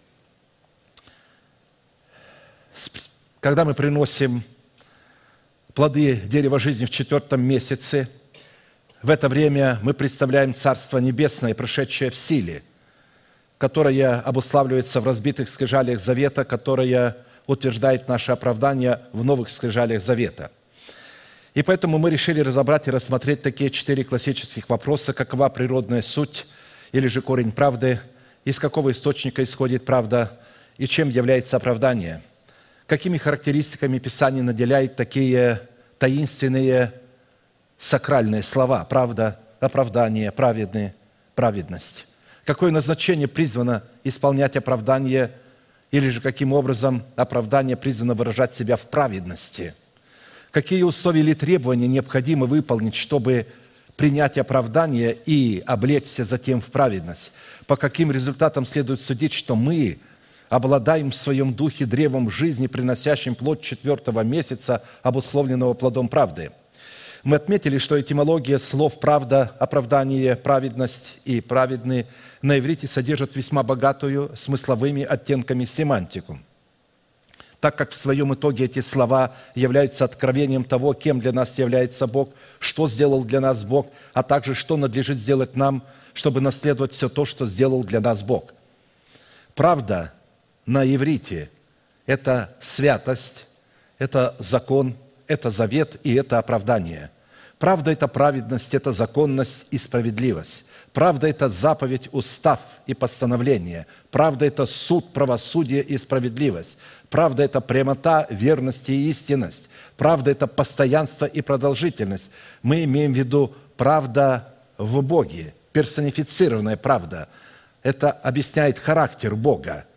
Speaker 1: когда мы приносим плоды дерева жизни в четвертом месяце. В это время мы представляем Царство Небесное, пришедшее в силе, которое обуславливается в разбитых скрижалях Завета, которое утверждает наше оправдание в новых скрижалях Завета. И поэтому мы решили разобрать и рассмотреть такие четыре классических вопроса: какова природная суть или же корень правды, из какого источника исходит правда и чем является оправдание, какими характеристиками Писание наделяет такие таинственные сакральные слова: правда, оправдание, праведный, праведность. Какое назначение призвано исполнять оправдание, или же каким образом оправдание призвано выражать себя в праведности. Какие условия или требования необходимо выполнить, чтобы принять оправдание и облечься затем в праведность? По каким результатам следует судить, что мы обладаем в своем духе древом жизни, приносящим плод четвертого месяца, обусловленного плодом правды? Мы отметили, что этимология слов «правда», «оправдание», «праведность» и «праведный» на иврите содержат весьма богатую смысловыми оттенками семантику, так как в своем итоге эти слова являются откровением того, кем для нас является Бог, что сделал для нас Бог, а также что надлежит сделать нам, чтобы наследовать все то, что сделал для нас Бог. Правда на иврите – это святость, это закон, это завет и это оправдание. Правда – это праведность, это законность и справедливость. Правда – это заповедь, устав и постановление. Правда – это суд, правосудие и справедливость. Правда – это прямота, верность и истинность. Правда – это постоянство и продолжительность. Мы имеем в виду правда в Боге, персонифицированная правда. Это объясняет характер Бога.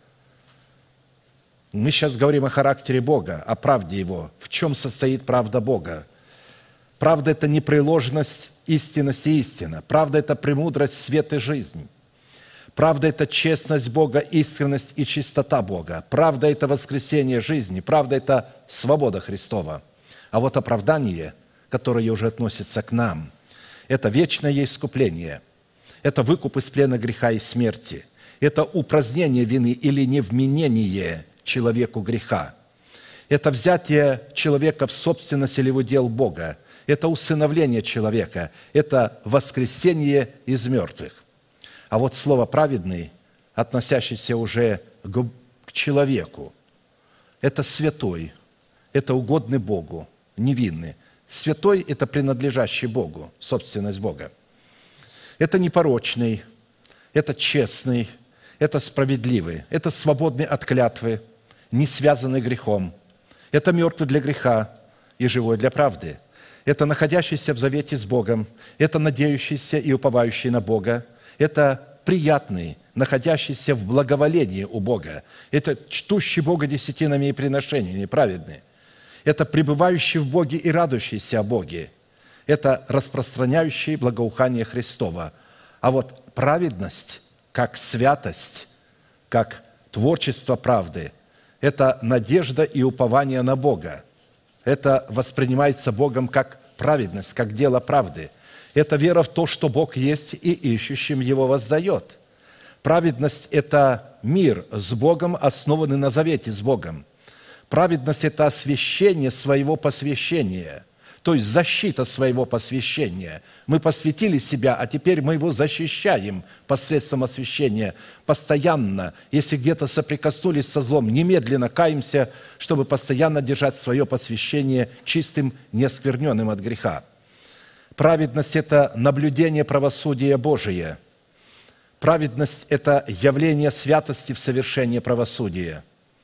Speaker 1: Мы сейчас говорим о характере Бога, о правде Его. В чем состоит правда Бога? Правда – это непреложность, истинность и истина. Правда – это премудрость, свет и жизнь. Правда – это честность Бога, искренность и чистота Бога. Правда – это воскресение жизни. Правда – это свобода Христова. А вот оправдание, которое уже относится к нам, это вечное искупление. Это выкуп из плена греха и смерти. Это упразднение вины или невменение человеку греха. Это взятие человека в собственность или в удел Бога. Это усыновление человека. Это воскресение из мертвых. А вот слово «праведный», относящееся уже к человеку, это святой, это угодный Богу, невинный. Святой – это принадлежащий Богу, собственность Бога. Это непорочный, это честный, это справедливый, это свободный от клятвы, не связанный грехом. Это мертвый для греха и живой для правды. Это находящийся в завете с Богом, это надеющийся и уповающий на Бога, это приятный, находящийся в благоволении у Бога, это чтущий Бога десятинами и приношениями, праведный, это пребывающий в Боге и радующийся о Боге, это распространяющий благоухание Христова. А вот праведность, как святость, как творчество правды, это надежда и упование на Бога. Это воспринимается Богом как праведность, как дело правды. Это вера в то, что Бог есть и ищущим Его воздает. Праведность – это мир с Богом, основанный на завете с Богом. Праведность – это освящение своего посвящения, то есть защита своего посвящения. Мы посвятили себя, а теперь мы его защищаем посредством освящения постоянно. Если где-то соприкоснулись со злом, немедленно каемся, чтобы постоянно держать свое посвящение чистым, неоскверненным от греха. Праведность – это наблюдение правосудия Божия. Праведность – это явление святости в совершении правосудия.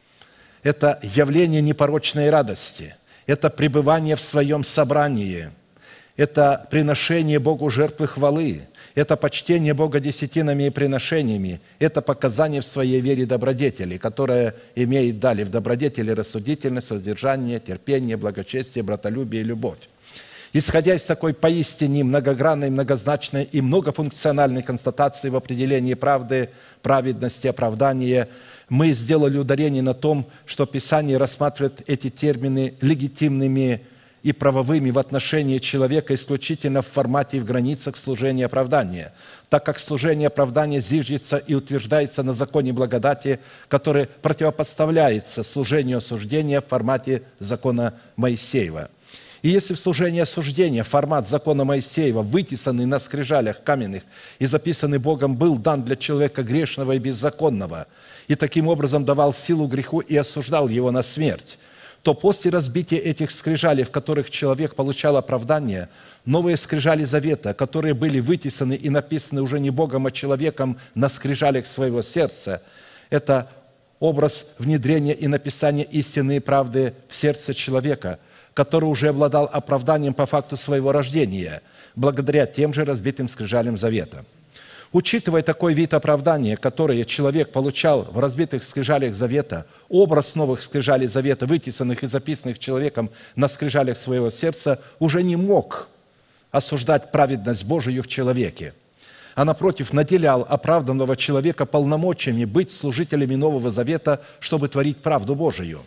Speaker 1: Это явление непорочной радости. Это пребывание в своем собрании. Это приношение Богу жертвы хвалы. Это почтение Бога десятинами и приношениями. Это показание в своей вере добродетели, которая имеет далее в добродетели рассудительность, воздержание, терпение, благочестие, братолюбие и любовь. Исходя из такой поистине многогранной, многозначной и многофункциональной констатации в определении правды, праведности, оправдания, мы сделали ударение на том, что Писание рассматривает эти термины легитимными и правовыми в отношении человека исключительно в формате и в границах служения оправдания, так как служение оправдания зиждется и утверждается на законе благодати, который противопоставляется служению осуждения в формате закона Моисеева. И если в служении осуждения формат закона Моисеева, вытесанный на скрижалях каменных и записанный Богом, был дан для человека грешного и беззаконного, и таким образом давал силу греху и осуждал его на смерть, то после разбития этих скрижалей, в которых человек получал оправдание, новые скрижали завета, которые были вытесаны и написаны уже не Богом, а человеком на скрижалях своего сердца, это образ внедрения и написания истинной правды в сердце человека, который уже обладал оправданием по факту своего рождения, благодаря тем же разбитым скрижалям завета. Учитывая такой вид оправдания, которое человек получал в разбитых скрижалях завета, образ новых скрижалей завета, вытесанных и записанных человеком на скрижалях своего сердца, уже не мог осуждать праведность Божию в человеке, а напротив наделял оправданного человека полномочиями быть служителями Нового Завета, чтобы творить правду Божию.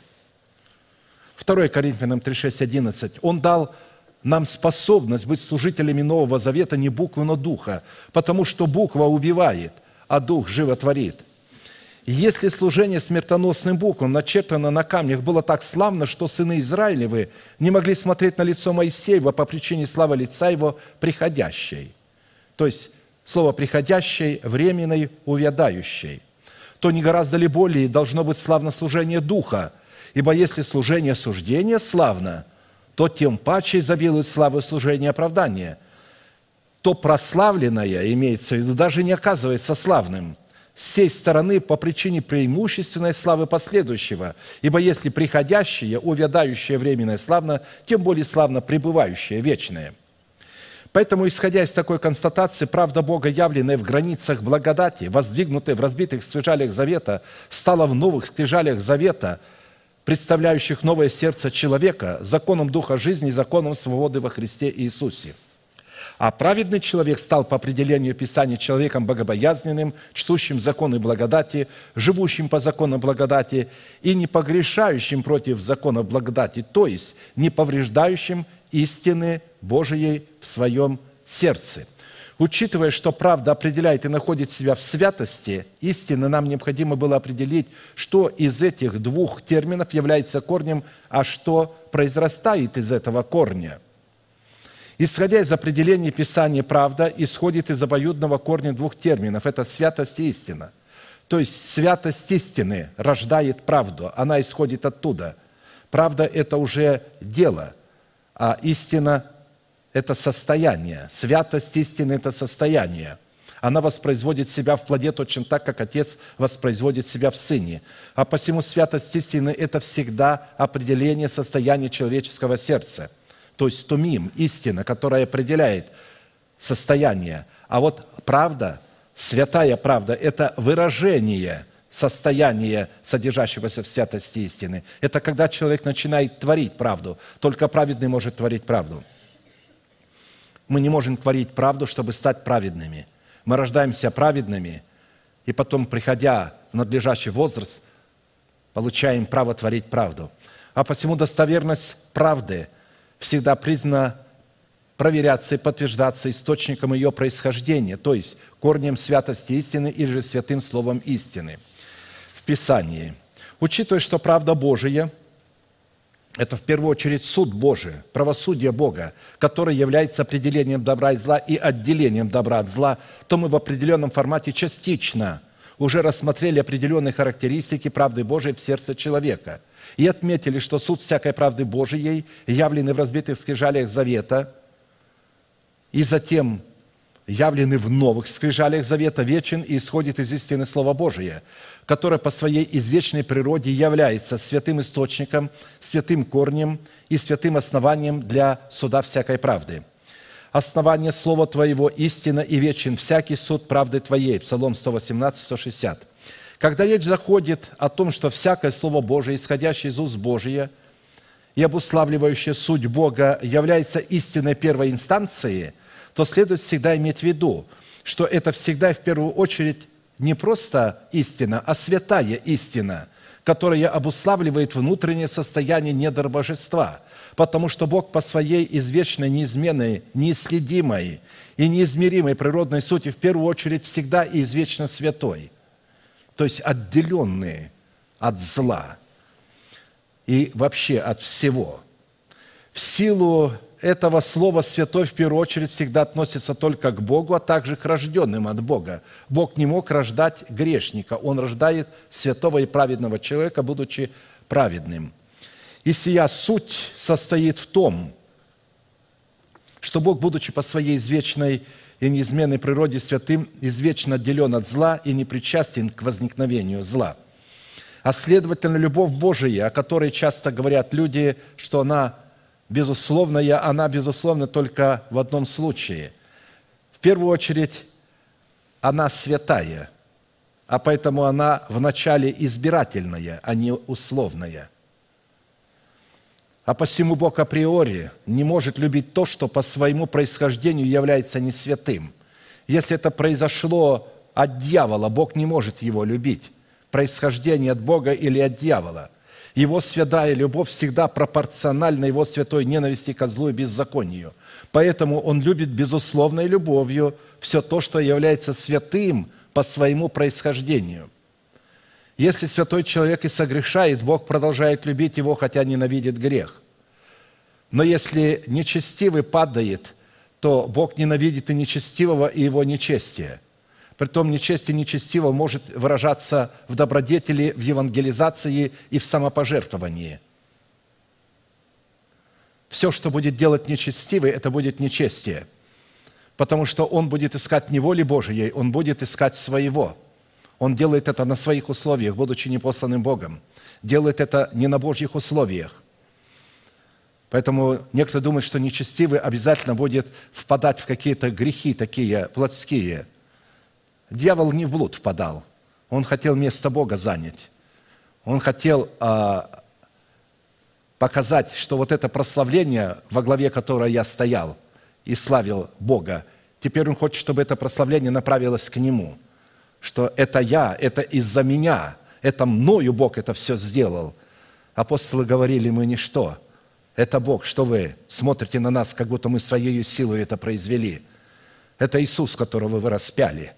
Speaker 1: второе Коринфянам три, шесть, одиннадцать. Он дал нам способность быть служителями Нового Завета не буквы, но духа, потому что буква убивает, а дух животворит. Если служение смертоносным буквам, начертано на камнях, было так славно, что сыны Израилевы не могли смотреть на лицо Моисеева по причине славы лица его приходящей, то есть слово «приходящей», временной, увядающей, то не гораздо ли более должно быть славно служение духа, ибо если служение суждения славно, то тем паче изобилует славы служения оправдания, то прославленное, имеется в виду, даже не оказывается славным с сей стороны по причине преимущественной славы последующего, ибо если приходящее, увядающее временное славно, тем более славно пребывающее вечное. Поэтому, исходя из такой констатации, правда Бога, явленная в границах благодати, воздвигнутая в разбитых скрижалях завета, стала в новых скрижалях завета, представляющих новое сердце человека, законом Духа жизни и законом свободы во Христе Иисусе. А праведный человек стал по определению Писания человеком богобоязненным, чтущим законы благодати, живущим по законам благодати и не погрешающим против законов благодати, то есть не повреждающим истины Божией в своем сердце. Учитывая, что правда определяет и находит себя в святости истины, нам необходимо было определить, что из этих двух терминов является корнем, а что произрастает из этого корня. Исходя из определения Писания, правда исходит из обоюдного корня двух терминов – это святость и истина. То есть святость истины рождает правду, она исходит оттуда. Правда – это уже дело, а истина – это состояние. Святость истины – это состояние. Она воспроизводит себя в плоде точно так, как Отец воспроизводит себя в Сыне. А посему святость истины – это всегда определение состояния человеческого сердца. То есть тумим, истина, которая определяет состояние. А вот правда, святая правда – это выражение состояния, содержащегося в святости истины. Это когда человек начинает творить правду. Только праведный может творить правду. Мы не можем творить правду, чтобы стать праведными. Мы рождаемся праведными, и потом, приходя в надлежащий возраст, получаем право творить правду. А посему достоверность правды всегда признана проверяться и подтверждаться источником ее происхождения, то есть корнем святости истины или же святым словом истины в Писании. Учитывая, что правда Божия – это в первую очередь суд Божий, правосудие Бога, которое является определением добра и зла и отделением добра от зла, то мы в определенном формате частично уже рассмотрели определенные характеристики правды Божией в сердце человека и отметили, что суд всякой правды Божией, явленный в разбитых скрижалях завета, и затем явленный в новых скрижалях завета, вечен и исходит из истины Слова Божия, которое по своей извечной природе является святым источником, святым корнем и святым основанием для суда всякой правды. Основание Слова Твоего истина и вечен всякий суд правды Твоей. Псалом сто восемнадцать, сто шестьдесят. Когда речь заходит о том, что всякое Слово Божие, исходящее из уст Божия и обуславливающее суть Бога, является истиной первой инстанции, то следует всегда иметь в виду, что это всегда и в первую очередь не просто истина, а святая истина, которая обуславливает внутреннее состояние недр божества, потому что Бог по своей извечной, неизменной, неисследимой и неизмеримой природной сути в первую очередь всегда и извечно святой, то есть отделенный от зла и вообще от всего. В силу этого слова «святой» в первую очередь всегда относится только к Богу, а также к рожденным от Бога. Бог не мог рождать грешника. Он рождает святого и праведного человека, будучи праведным. И сия суть состоит в том, что Бог, будучи по своей извечной и неизменной природе святым, извечно отделен от зла и не причастен к возникновению зла. А следовательно, любовь Божия, о которой часто говорят люди, что она безусловная, она безусловна только в одном случае. В первую очередь, она святая, а поэтому она вначале избирательная, а не условная. А посему Бог априори не может любить то, что по своему происхождению является не святым. Если это произошло от дьявола, Бог не может его любить. Происхождение от Бога или от дьявола. Его святая любовь всегда пропорциональна его святой ненависти ко злу и беззаконию. Поэтому Он любит безусловной любовью все то, что является святым по своему происхождению. Если святой человек и согрешает, Бог продолжает любить его, хотя ненавидит грех. Но если нечестивый падает, то Бог ненавидит и нечестивого, и его нечестие. Притом нечестие нечестивого может выражаться в добродетели, в евангелизации и в самопожертвовании. Все, что будет делать нечестивый, это будет нечестие, потому что он будет искать не воли Божией, он будет искать своего. Он делает это на своих условиях, будучи непосланным Богом. Делает это не на Божьих условиях. Поэтому некоторые думают, что нечестивый обязательно будет впадать в какие-то грехи такие плотские. Дьявол не в блуд впадал. Он хотел место Бога занять. Он хотел а, показать, что вот это прославление, во главе которого я стоял и славил Бога, теперь он хочет, чтобы это прославление направилось к Нему. Что это я, это из-за меня, это мною Бог это все сделал. Апостолы говорили, мы ничто. Это Бог, что вы смотрите на нас, как будто мы своей силой это произвели. Это Иисус, которого вы распяли.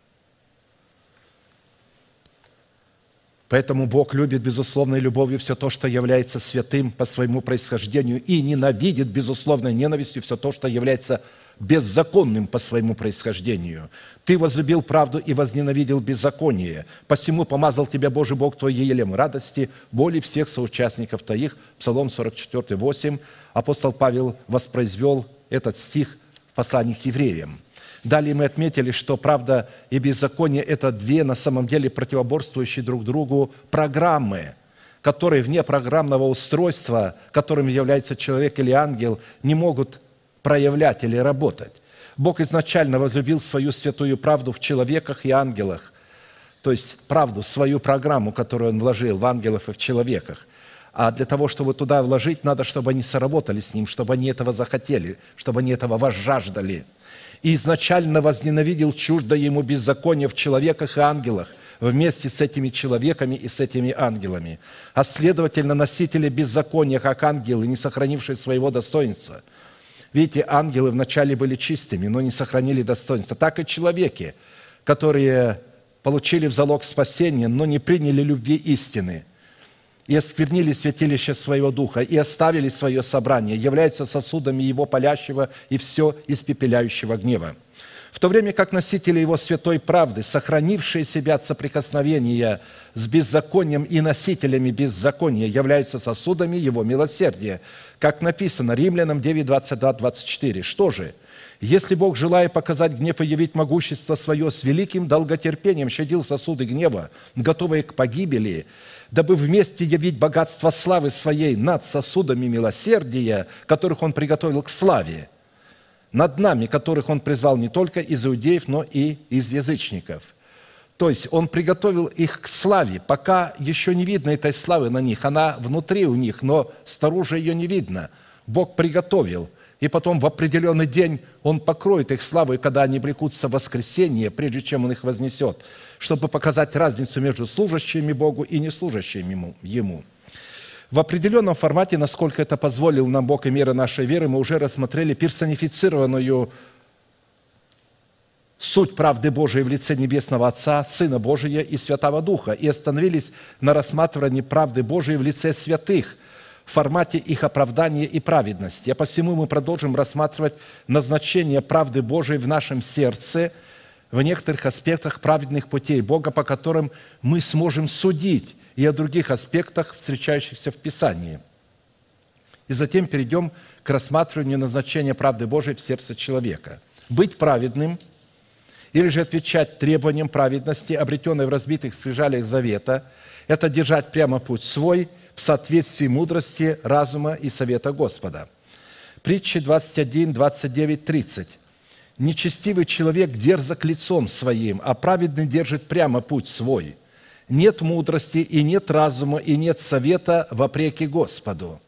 Speaker 1: Поэтому Бог любит безусловной любовью все то, что является святым по своему происхождению, и ненавидит безусловной ненавистью все то, что является беззаконным по своему происхождению. Ты возлюбил правду и возненавидел беззаконие. Посему помазал тебя Божий Бог твой елем радости, боли всех соучастников твоих. Псалом сорок четыре, восемь. Апостол Павел воспроизвел этот стих в послании к евреям. Далее мы отметили, что правда и беззаконие – это две на самом деле противоборствующие друг другу программы, которые вне программного устройства, которым является человек или ангел, не могут проявлять или работать. Бог изначально возлюбил свою святую правду в человеках и ангелах, то есть правду, свою программу, которую Он вложил в ангелов и в человеках. А для того, чтобы туда вложить, надо, чтобы они соработали с Ним, чтобы они этого захотели, чтобы они этого возжаждали. И изначально возненавидел чуждо Ему беззаконие в человеках и ангелах, вместе с этими человеками и с этими ангелами. А следовательно, носители беззакония, как ангелы, не сохранившие своего достоинства. Видите, ангелы вначале были чистыми, но не сохранили достоинства. Так и человеки, которые получили в залог спасения, но не приняли любви истины, и осквернили святилище своего духа, и оставили свое собрание, являются сосудами Его палящего и все испепеляющего гнева. В то время как носители Его святой правды, сохранившие себя от соприкосновения с беззаконием и носителями беззакония, являются сосудами Его милосердия. Как написано, Римлянам девять, двадцать два, двадцать четыре. Что же? Если Бог, желая показать гнев и явить могущество Свое, с великим долготерпением щадил сосуды гнева, готовые к погибели, дабы вместе явить богатство славы Своей над сосудами милосердия, которых Он приготовил к славе, над нами, которых Он призвал не только из иудеев, но и из язычников. То есть Он приготовил их к славе, пока еще не видно этой славы на них, она внутри у них, но снаружи ее не видно. Бог приготовил, и потом в определенный день Он покроет их славой, когда они обрекутся в воскресение, прежде чем Он их вознесет, чтобы показать разницу между служащими Богу и неслужащими Ему. В определенном формате, насколько это позволил нам Бог и мера нашей веры, мы уже рассмотрели персонифицированную суть правды Божией в лице Небесного Отца, Сына Божия и Святого Духа, и остановились на рассматривании правды Божией в лице святых, в формате их оправдания и праведности. А посему мы продолжим рассматривать назначение правды Божией в нашем сердце в некоторых аспектах праведных путей Бога, по которым мы сможем судить, и о других аспектах, встречающихся в Писании. И затем перейдем к рассматриванию назначения правды Божией в сердце человека. Быть праведным или же отвечать требованиям праведности, обретенной в разбитых скрижалях завета, это держать прямо путь свой в соответствии мудрости, разума и совета Господа. Притчи двадцать один, двадцать девять, тридцать. «Нечестивый человек дерзок лицом своим, а праведный держит прямо путь свой. Нет мудрости, и нет разума, и нет совета вопреки Господу».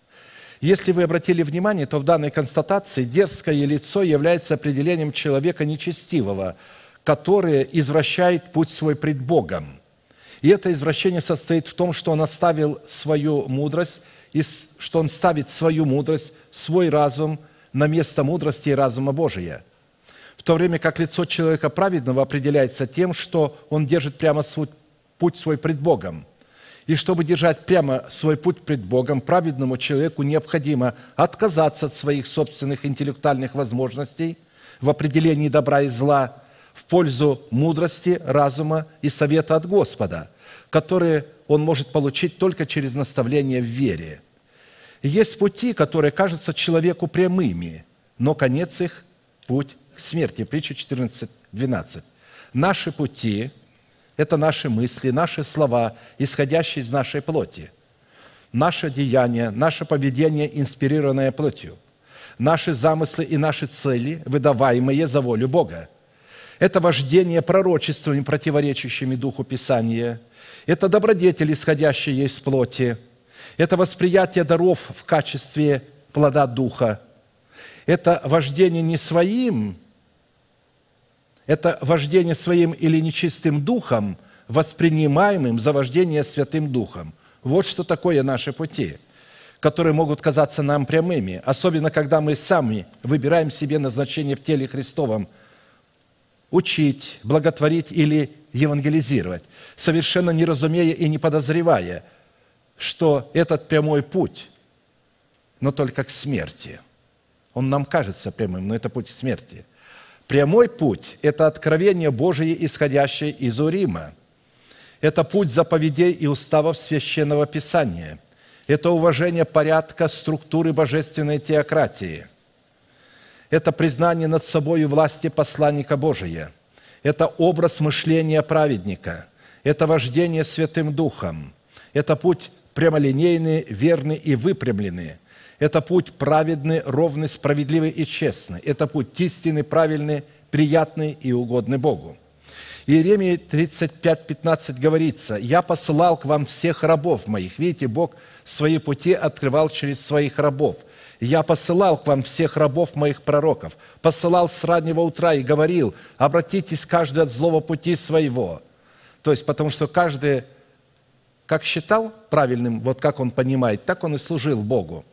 Speaker 1: Если вы обратили внимание, то в данной констатации дерзкое лицо является определением человека нечестивого, который извращает путь свой пред Богом. И это извращение состоит в том, что он оставил свою мудрость, и что он ставит свою мудрость, свой разум на место мудрости и разума Божия. В то время как лицо человека праведного определяется тем, что он держит прямо свой путь свой пред Богом. И чтобы держать прямо свой путь пред Богом, праведному человеку необходимо отказаться от своих собственных интеллектуальных возможностей в определении добра и зла в пользу мудрости, разума и совета от Господа, которые он может получить только через наставление в вере. Есть пути, которые кажутся человеку прямыми, но конец их – путь к смерти. Притча четырнадцать, двенадцать. Наши пути – это наши мысли, наши слова, исходящие из нашей плоти. Наше деяние, наше поведение, инспирированное плотью. Наши замыслы и наши цели, выдаваемые за волю Бога. Это вождение пророчествами, противоречащими Духу Писания. Это добродетель, исходящая из плоти. Это восприятие даров в качестве плода Духа. Это вождение не своим, это вождение своим или нечистым духом, воспринимаемым за вождение Святым Духом. Вот что такое наши пути, которые могут казаться нам прямыми, особенно когда мы сами выбираем себе назначение в теле Христовом учить, благотворить или евангелизировать, совершенно не разумея и не подозревая, что этот прямой путь, но только к смерти. Он нам кажется прямым, но это путь к смерти. Прямой путь – это откровение Божие, исходящее из Урима. Это путь заповедей и уставов Священного Писания. Это уважение порядка, структуры божественной теократии. Это признание над собой власти посланника Божия. Это образ мышления праведника. Это вождение Святым Духом. Это путь прямолинейный, верный и выпрямленный. Это путь праведный, ровный, справедливый и честный. Это путь истинный, правильный, приятный и угодный Богу. Иеремии тридцать пять, пятнадцать говорится: «Я посылал к вам всех рабов моих». Видите, Бог свои пути открывал через своих рабов. «Я посылал к вам всех рабов моих пророков, посылал с раннего утра и говорил: обратитесь каждый от злого пути своего». То есть, потому что каждый, как считал правильным, вот как он понимает, так он и служил Богу.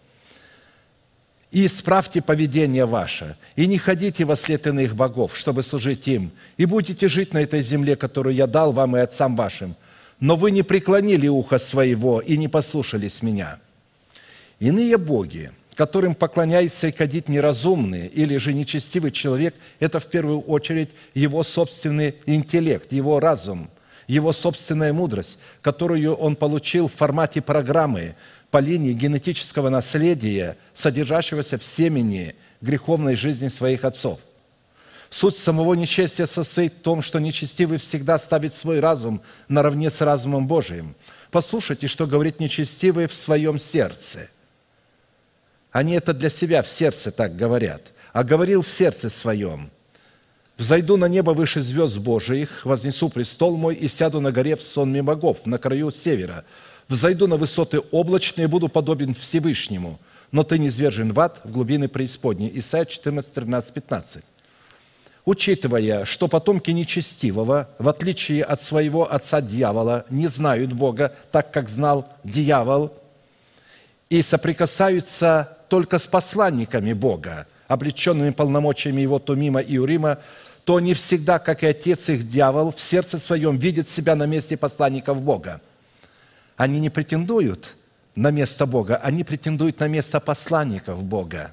Speaker 1: «И исправьте поведение ваше, и не ходите во след иных богов, чтобы служить им, и будете жить на этой земле, которую я дал вам и отцам вашим. Но вы не преклонили ухо своего и не послушались меня». Иные боги, которым поклоняется и кадит неразумный или же нечестивый человек, это в первую очередь его собственный интеллект, его разум, его собственная мудрость, которую он получил в формате программы, по линии генетического наследия, содержащегося в семени греховной жизни своих отцов. Суть самого нечестия состоит в том, что нечестивый всегда ставит свой разум наравне с разумом Божиим. Послушайте, что говорит нечестивый в своем сердце. Они это для себя в сердце так говорят. «А говорил в сердце своем: взойду на небо выше звезд Божиих, вознесу престол мой и сяду на горе в сонме богов, на краю севера. Взойду на высоты облачные, буду подобен Всевышнему, но ты низвержен в ад, в глубины преисподней». Исайя четырнадцать, тринадцать, пятнадцать. Учитывая, что потомки нечестивого, в отличие от своего отца дьявола, не знают Бога, так как знал дьявол, и соприкасаются только с посланниками Бога, облеченными полномочиями его Тумима и Урима, то они всегда, как и отец их дьявол, в сердце своем видят себя на месте посланников Бога. Они не претендуют на место Бога, они претендуют на место посланников Бога.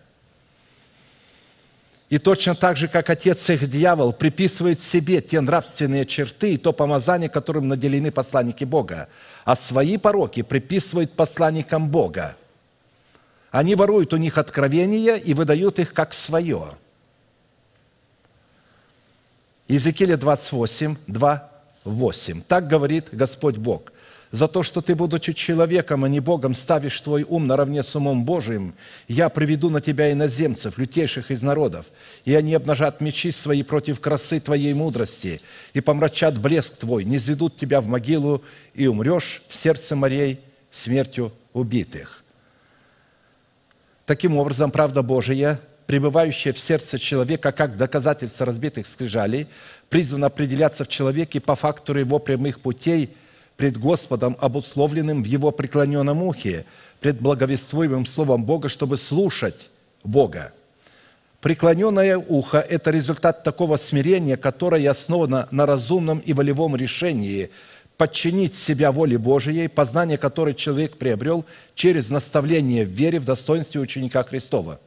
Speaker 1: И точно так же, как отец их дьявол приписывает себе те нравственные черты и то помазание, которым наделены посланники Бога, а свои пороки приписывают посланникам Бога. Они воруют у них откровения и выдают их как свое. Иезекииля двадцать восемь, два, восемь. Так говорит Господь Бог: «За то, что ты, будучи человеком, а не Богом, ставишь твой ум наравне с умом Божиим, я приведу на тебя иноземцев, лютейших из народов, и они обнажат мечи свои против красы твоей мудрости, и помрачат блеск твой, не зведут тебя в могилу, и умрешь в сердце морей смертью убитых». Таким образом, правда Божия, пребывающая в сердце человека как доказательство разбитых скрижалей, призвана определяться в человеке по фактору его прямых путей пред Господом, обусловленным в его преклоненном ухе, пред благовествуемым Словом Бога, чтобы слушать Бога. Преклоненное ухо – это результат такого смирения, которое основано на разумном и волевом решении подчинить себя воле Божией, познание которой человек приобрел через наставление в вере в достоинстве ученика Христова.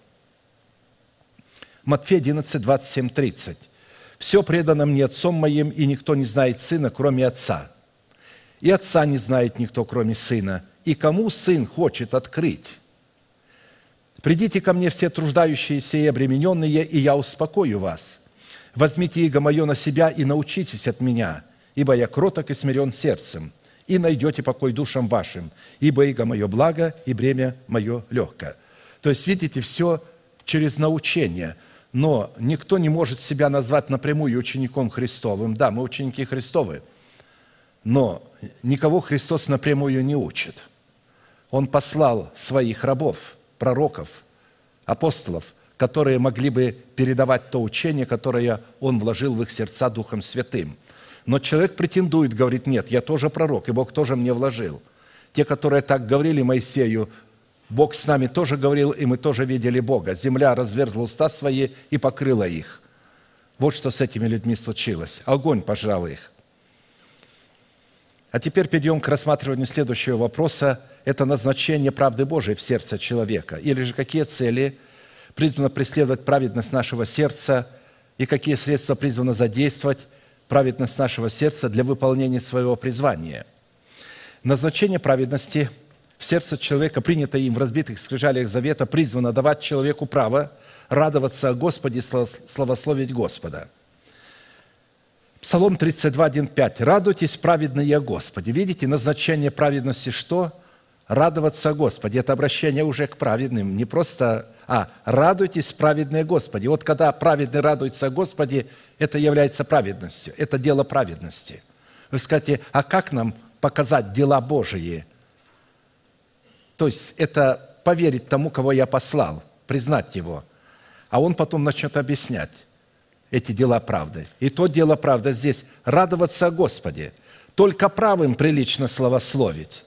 Speaker 1: Матфея одиннадцать, двадцать семь, тридцать. «Все предано мне Отцом моим, и никто не знает Сына, кроме Отца. И Отца не знает никто, кроме Сына. И кому Сын хочет открыть? Придите ко мне все труждающиеся и обремененные, и я успокою вас. Возьмите иго мое на себя и научитесь от меня, ибо я кроток и смирен сердцем, и найдете покой душам вашим, ибо иго мое благо, и бремя мое легкое». То есть, видите, все через научение. Но никто не может себя назвать напрямую учеником Христовым. Да, мы ученики Христовы, но никого Христос напрямую не учит. Он послал своих рабов, пророков, апостолов, которые могли бы передавать то учение, которое Он вложил в их сердца Духом Святым. Но человек претендует, говорит: нет, я тоже пророк, и Бог тоже мне вложил. Те, которые так говорили Моисею: Бог с нами тоже говорил, и мы тоже видели Бога. Земля разверзла уста свои и покрыла их. Вот что с этими людьми случилось. Огонь пожрал их. А теперь перейдем к рассматриванию следующего вопроса. Это назначение правды Божией в сердце человека. Или же какие цели призвано преследовать праведность нашего сердца и какие средства призвано задействовать праведность нашего сердца для выполнения своего призвания. Назначение праведности в сердце человека, принятое им в разбитых скрижалях завета, призвано давать человеку право радоваться о Господе и славословить Господа. Псалом тридцать два, один, пять. «Радуйтесь, праведные о Господе». Видите, назначение праведности что? Радоваться о Господе. Это обращение уже к праведным. Не просто, а радуйтесь, праведные Господи. Вот когда праведный радуется о Господе, это является праведностью. Это дело праведности. Вы скажете: а как нам показать дела Божии? То есть это поверить тому, кого я послал, признать Его. А Он потом начнет объяснять эти дела правды. И то дело правды здесь – радоваться о Господе. Только правым прилично славословить.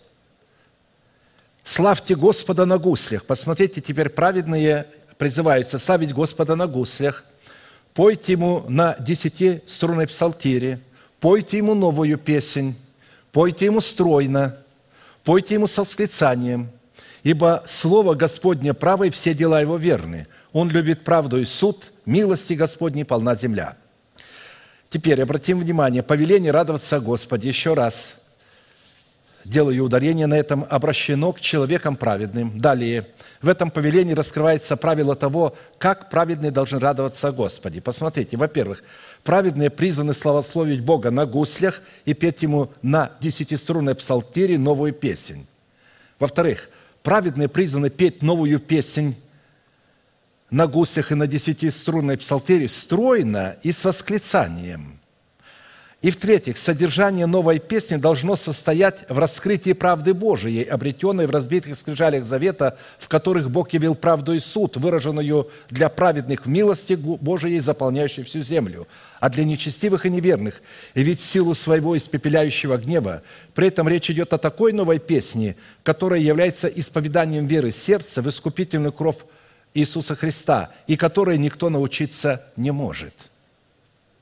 Speaker 1: «Славьте Господа на гуслях». Посмотрите, теперь праведные призываются славить Господа на гуслях. «Пойте Ему на десятиструнной псалтире, пойте Ему новую песнь, пойте Ему стройно, пойте Ему с восклицанием, ибо Слово Господне право, и все дела Его верны. Он любит правду и суд, милости Господней полна земля». Теперь обратим внимание, повеление радоваться о Господе, еще раз делаю ударение на этом, обращено к человекам праведным. Далее, в этом повелении раскрывается правило того, как праведные должны радоваться о Господе. Посмотрите, во-первых, праведные призваны славословить Бога на гуслях и петь Ему на десятиструнной псалтире новую песнь. Во-вторых, праведные призваны петь новую песнь на гуслях и на десятиструнной псалтире стройно и с восклицанием. И в-третьих, содержание новой песни должно состоять в раскрытии правды Божией, обретенной в разбитых скрижалях завета, в которых Бог явил правду и суд, выраженную для праведных в милости Божией, заполняющей всю землю, а для нечестивых и неверных явить силу своего испепеляющего гнева. При этом речь идет о такой новой песне, которая является исповеданием веры сердца в искупительную кровь Иисуса Христа, и которой никто научиться не может.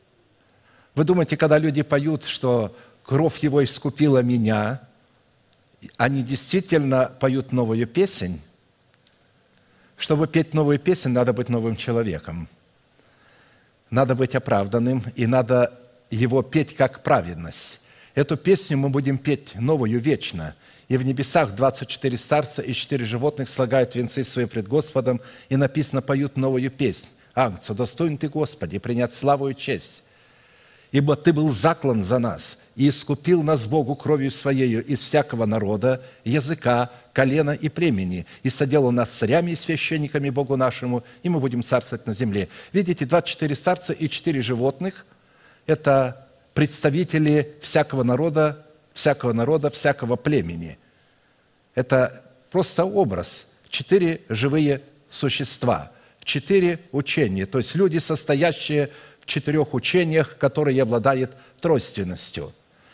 Speaker 1: Вы думаете, когда люди поют, что кровь Его искупила меня, они действительно поют новую песнь. Чтобы петь новую песнь, надо быть новым человеком. Надо быть оправданным, и надо его петь как праведность. Эту песню мы будем петь новую вечно. И в небесах двадцать четыре старца и четыре животных слагают венцы свои пред Господом, и написано, поют новую песнь. Агнцу, достоин ты, Господи, принять славу и честь. Ибо Ты был заклан за нас и искупил нас Богу кровью Своею из всякого народа, языка, колена и племени, и соделал нас царями и священниками Богу нашему, и мы будем царствовать на земле». Видите, двадцать четыре старца и четыре животных – это представители всякого народа, всякого народа, всякого племени. Это просто образ. Четыре живые существа, четыре учения, то есть люди, состоящие в четырех учениях, которые обладают тройственностью.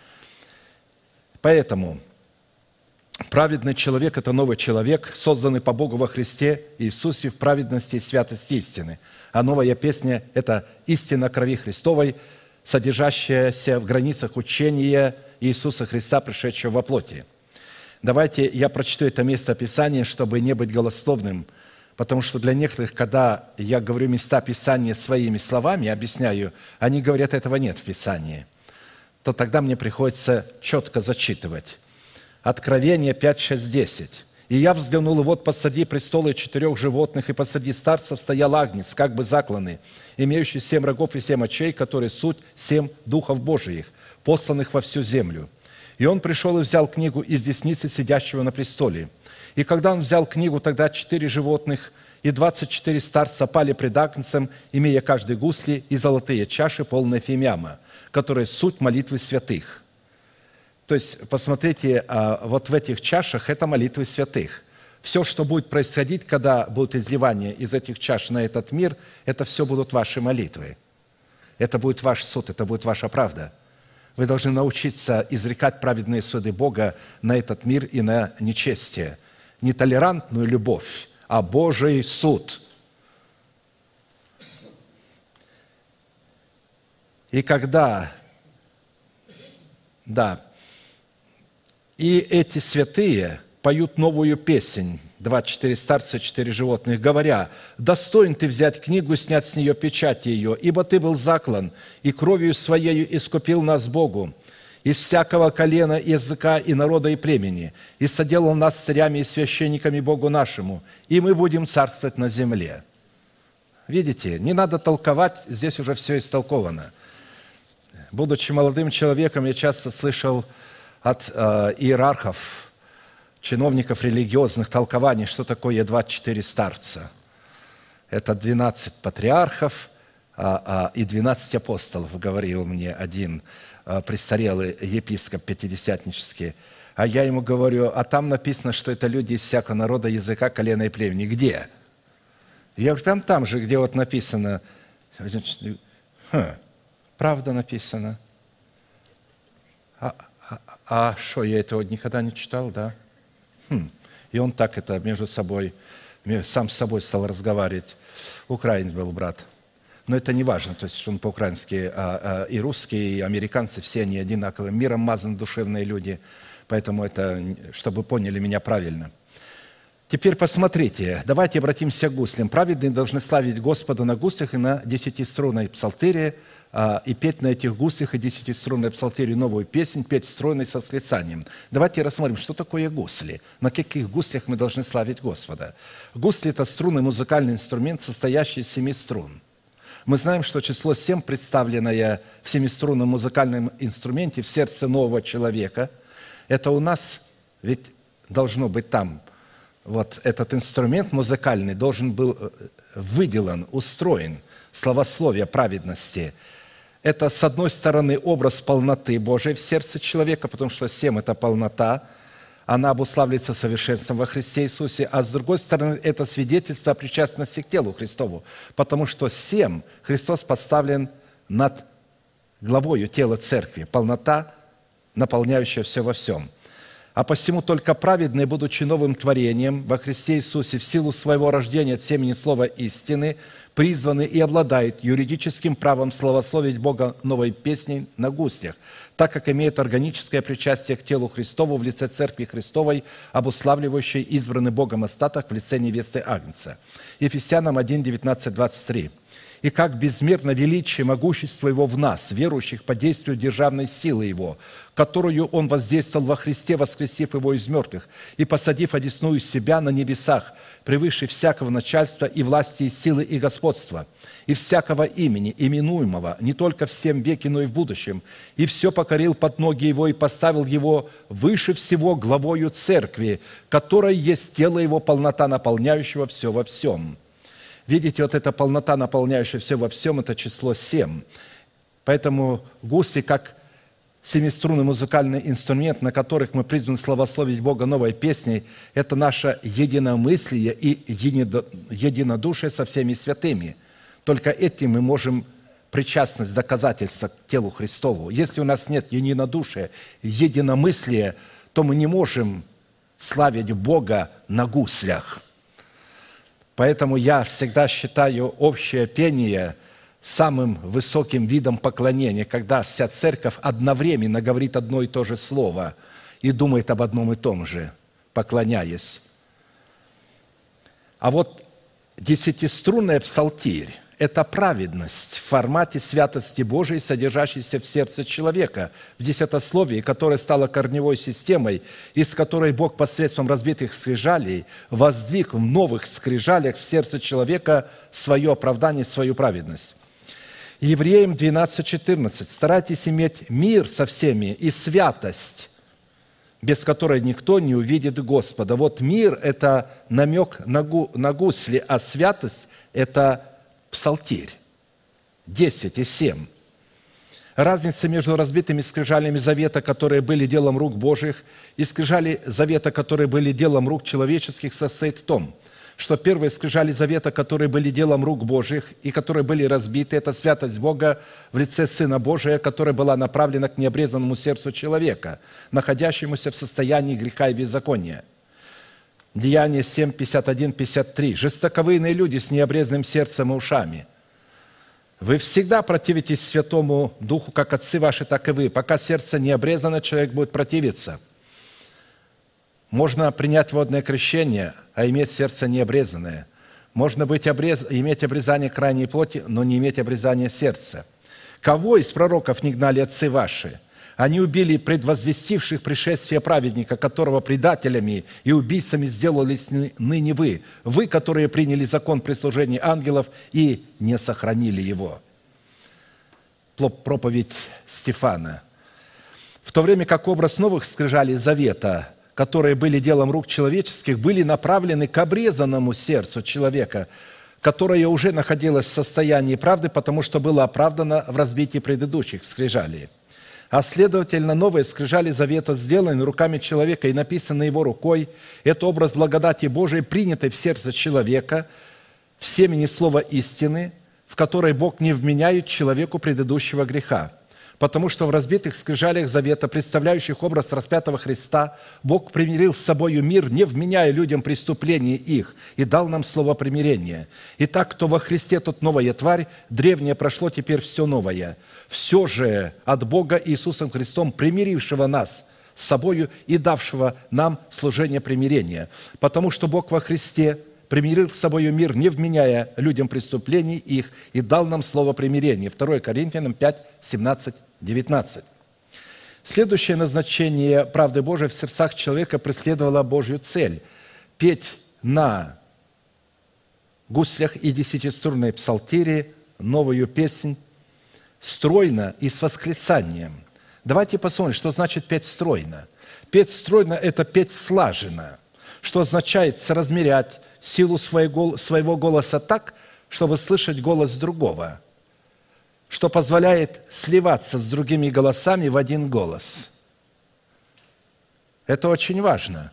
Speaker 1: Поэтому праведный человек – это новый человек, созданный по Богу во Христе Иисусе в праведности и святости истины. А новая песня – это истина крови Христовой, содержащаяся в границах учения Иисуса Христа, пришедшего во плоти. Давайте я прочту это место Писания, чтобы не быть голословным, потому что для некоторых, когда я говорю места Писания своими словами, объясняю, они говорят, этого нет в Писании, то тогда мне приходится четко зачитывать. Откровение пять, шесть, десять. «И я взглянул, и вот посреди престола четырех животных, и посреди старцев стоял агнец, как бы закланный, имеющий семь рогов и семь очей, которые суть семь духов Божиих, посланных во всю землю. И он пришел и взял книгу из десницы сидящего на престоле. И когда он взял книгу, тогда четыре животных и двадцать четыре старца пали пред агнцем, имея каждый гусли и золотые чаши, полные фимиама, которые суть молитвы святых». То есть, посмотрите, вот в этих чашах – это молитвы святых. Все, что будет происходить, когда будет изливание из этих чаш на этот мир, это все будут ваши молитвы. Это будет ваш суд, это будет ваша правда. Вы должны научиться изрекать праведные суды Бога на этот мир и на нечестие. Не толерантную любовь, а Божий суд. И когда, да, и эти святые поют новую песнь, двадцать четыре старца, четыре животных, говоря, «Достоин ты взять книгу и снять с нее печать ее, ибо ты был заклан, и кровью своею искупил нас Богу из всякого колена, языка и народа и племени, и соделал нас царями и священниками Богу нашему, и мы будем царствовать на земле». Видите, не надо толковать, здесь уже все истолковано. Будучи молодым человеком, я часто слышал от э, иерархов, чиновников религиозных толкований, что такое двадцать четыре старца. Это двенадцать патриархов а, а, и двенадцать апостолов, говорил мне один а, престарелый епископ пятидесятнический. А я ему говорю, а там написано, что это люди из всякого народа, языка, колена и племени. Где? Я говорю, прям там же, где вот написано. Хм, правда написано. А что, я этого никогда не читал, да? Хм. И он так это между собой, сам с собой стал разговаривать. Украинец был брат. Но это не важно, то есть, что он по-украински, а, а, и русские, и американцы, все они одинаковые, миром мазаны душевные люди. Поэтому это, чтобы поняли меня правильно. Теперь посмотрите, давайте обратимся к гуслям. Праведные должны славить Господа на гуслях и на десятиструнной псалтире, и петь на этих гуслях и десятиструнной псалтире новую песнь, петь стройной с восклицанием. Давайте рассмотрим, что такое гусли, на каких гуслях мы должны славить Господа. Гусли – это струнный музыкальный инструмент, состоящий из семи струн. Мы знаем, что число семь, представленное в семиструнном музыкальном инструменте в сердце нового человека, это у нас, ведь должно быть там, вот этот инструмент музыкальный должен был выделан, устроен, словословие праведности. Это, с одной стороны, образ полноты Божией в сердце человека, потому что семь – это полнота, она обуславливается совершенством во Христе Иисусе, а с другой стороны, это свидетельство о причастности к телу Христову, потому что семь Христос поставлен над главою тела Церкви, полнота, наполняющая все во всем. А посему только праведные, будучи новым творением во Христе Иисусе, в силу своего рождения от семени слова истины, призваны и обладают юридическим правом славословить Бога новой песней на гуслях, так как имеют органическое причастие к телу Христову в лице Церкви Христовой, обуславливающей избранный Богом остаток в лице невесты Агнца». Ефесянам один, девятнадцать, двадцать три. «И как безмерно величие и могущество Его в нас, верующих по действию державной силы Его, которую Он воздействовал во Христе, воскресив Его из мертвых и посадив одесную себя на небесах, превыше всякого начальства и власти, и силы, и господства, и всякого имени, именуемого не только в сем веке, но и в будущем, и все покорил под ноги Его и поставил Его выше всего главою Церкви, которая есть тело Его, полнота наполняющего все во всем». Видите, вот эта полнота, наполняющая все во всем, это число семь. Поэтому гусли, как семиструнный музыкальный инструмент, на которых мы призваны славословить Бога новой песней, это наше единомыслие и единодушие со всеми святыми. Только этим мы можем причастность, доказательство к телу Христову. Если у нас нет единодушия, единомыслия, то мы не можем славить Бога на гуслях. Поэтому я всегда считаю общее пение самым высоким видом поклонения, когда вся церковь одновременно говорит одно и то же слово и думает об одном и том же, поклоняясь. А вот десятиструнная псалтирь – это праведность в формате святости Божией, содержащейся в сердце человека, в десятословии, которое стало корневой системой, из которой Бог посредством разбитых скрижалей воздвиг в новых скрижалях в сердце человека свое оправдание, свою праведность. Евреям двенадцать, четырнадцать. «Старайтесь иметь мир со всеми и святость, без которой никто не увидит Господа». Вот мир – это намек на, гу, на гусли, а святость – это псалтирь. десять и семь. Разница между разбитыми скрижалями завета, которые были делом рук Божьих, и скрижали завета, которые были делом рук человеческих, состоит в том, что первые скрижали завета, которые были делом рук Божьих и которые были разбиты, это святость Бога в лице Сына Божия, которая была направлена к необрезанному сердцу человека, находящемуся в состоянии греха и беззакония. Деяние семь, пятьдесят один, пятьдесят три. «Жестоковыйные люди с необрезанным сердцем и ушами. Вы всегда противитесь Святому Духу, как отцы ваши, так и вы. Пока сердце не обрезано, человек будет противиться». Можно принять водное крещение, а иметь сердце необрезанное. Можно быть обрез... иметь обрезание крайней плоти, но не иметь обрезания сердца. «Кого из пророков не гнали отцы ваши? Они убили предвозвестивших пришествие праведника, которого предателями и убийцами сделались ныне вы, вы, которые приняли закон при служении ангелов и не сохранили его». Проповедь Стефана. В то время как образ новых скрижалей завета, которые были делом рук человеческих, были направлены к обрезанному сердцу человека, которое уже находилось в состоянии правды, потому что было оправдано в разбитии предыдущих скрижалей. А следовательно, новые скрижали завета сделаны руками человека и написаны его рукой. Это образ благодати Божией, принятой в сердце человека, в семени слова истины, в которой Бог не вменяет человеку предыдущего греха. Потому что в разбитых скрижалях завета, представляющих образ распятого Христа, Бог примирил с собою мир, не вменяя людям преступления их, и дал нам слово примирения. Итак, кто во Христе, тот новая тварь, древнее прошло, теперь все новое. Все же от Бога Иисусом Христом, примирившего нас с собою и давшего нам служение примирения. Потому что Бог во Христе примирил с собою мир, не вменяя людям преступлений их, и дал нам слово примирения. второе Коринфянам пять, семнадцать, девятнадцать. Следующее назначение правды Божией в сердцах человека преследовало Божью цель – петь на гуслях и десятиструнной псалтире новую песнь стройно и с восклицанием. Давайте посмотрим, что значит петь стройно. Петь стройно – это петь слаженно, что означает соразмерять силу своего голоса так, чтобы слышать голос другого, что позволяет сливаться с другими голосами в один голос. Это очень важно.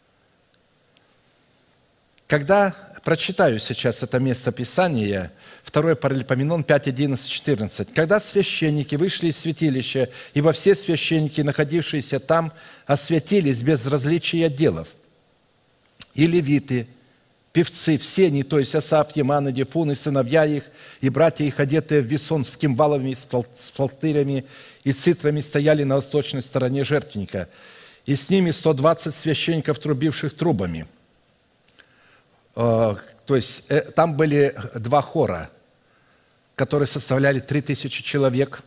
Speaker 1: Когда прочитаю сейчас это место Писания, второе Паралипоменон пять, одиннадцать, четырнадцать. «Когда священники вышли из святилища, ибо все священники, находившиеся там, освятились без различия делов, и левиты,
Speaker 5: певцы, все они, то есть Асаф, Еман и Дифун, и сыновья их, и братья их, одетые в весон с кимвалами, с пал- с палтырями и цитрами, стояли на восточной стороне жертвенника. И с ними сто двадцать священников, трубивших трубами. Э, То есть э, там были два хора, которые составляли три тысячи человек.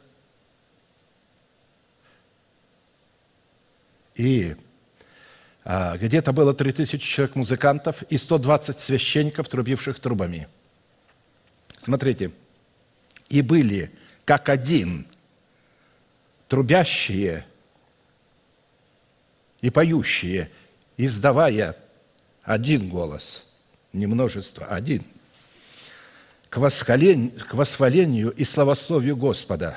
Speaker 5: И а, где-то было три тысячи человек музыкантов и сто двадцать священников, трубивших трубами. Смотрите. И были как один трубящие и поющие, издавая один голос, не множество, а один, к восхвалению, к восхвалению и славословию Господа.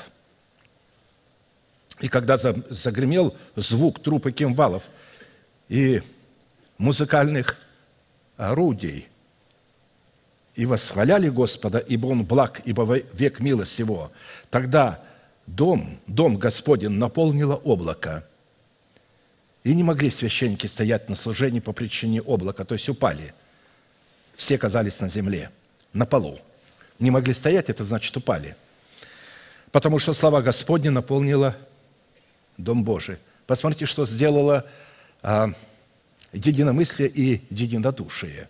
Speaker 5: И когда загремел звук труб и кимвалов и музыкальных орудий, и восхваляли Господа, ибо Он благ, ибо век милость Его, тогда дом, дом Господень наполнило облако, и не могли священники стоять на служении по причине облака, то есть упали. Все оказались на земле, на полу. Не могли стоять, это значит упали. Потому что слава Господня наполнила Дом Божий. Посмотрите, что сделало а, единомыслие и единодушие.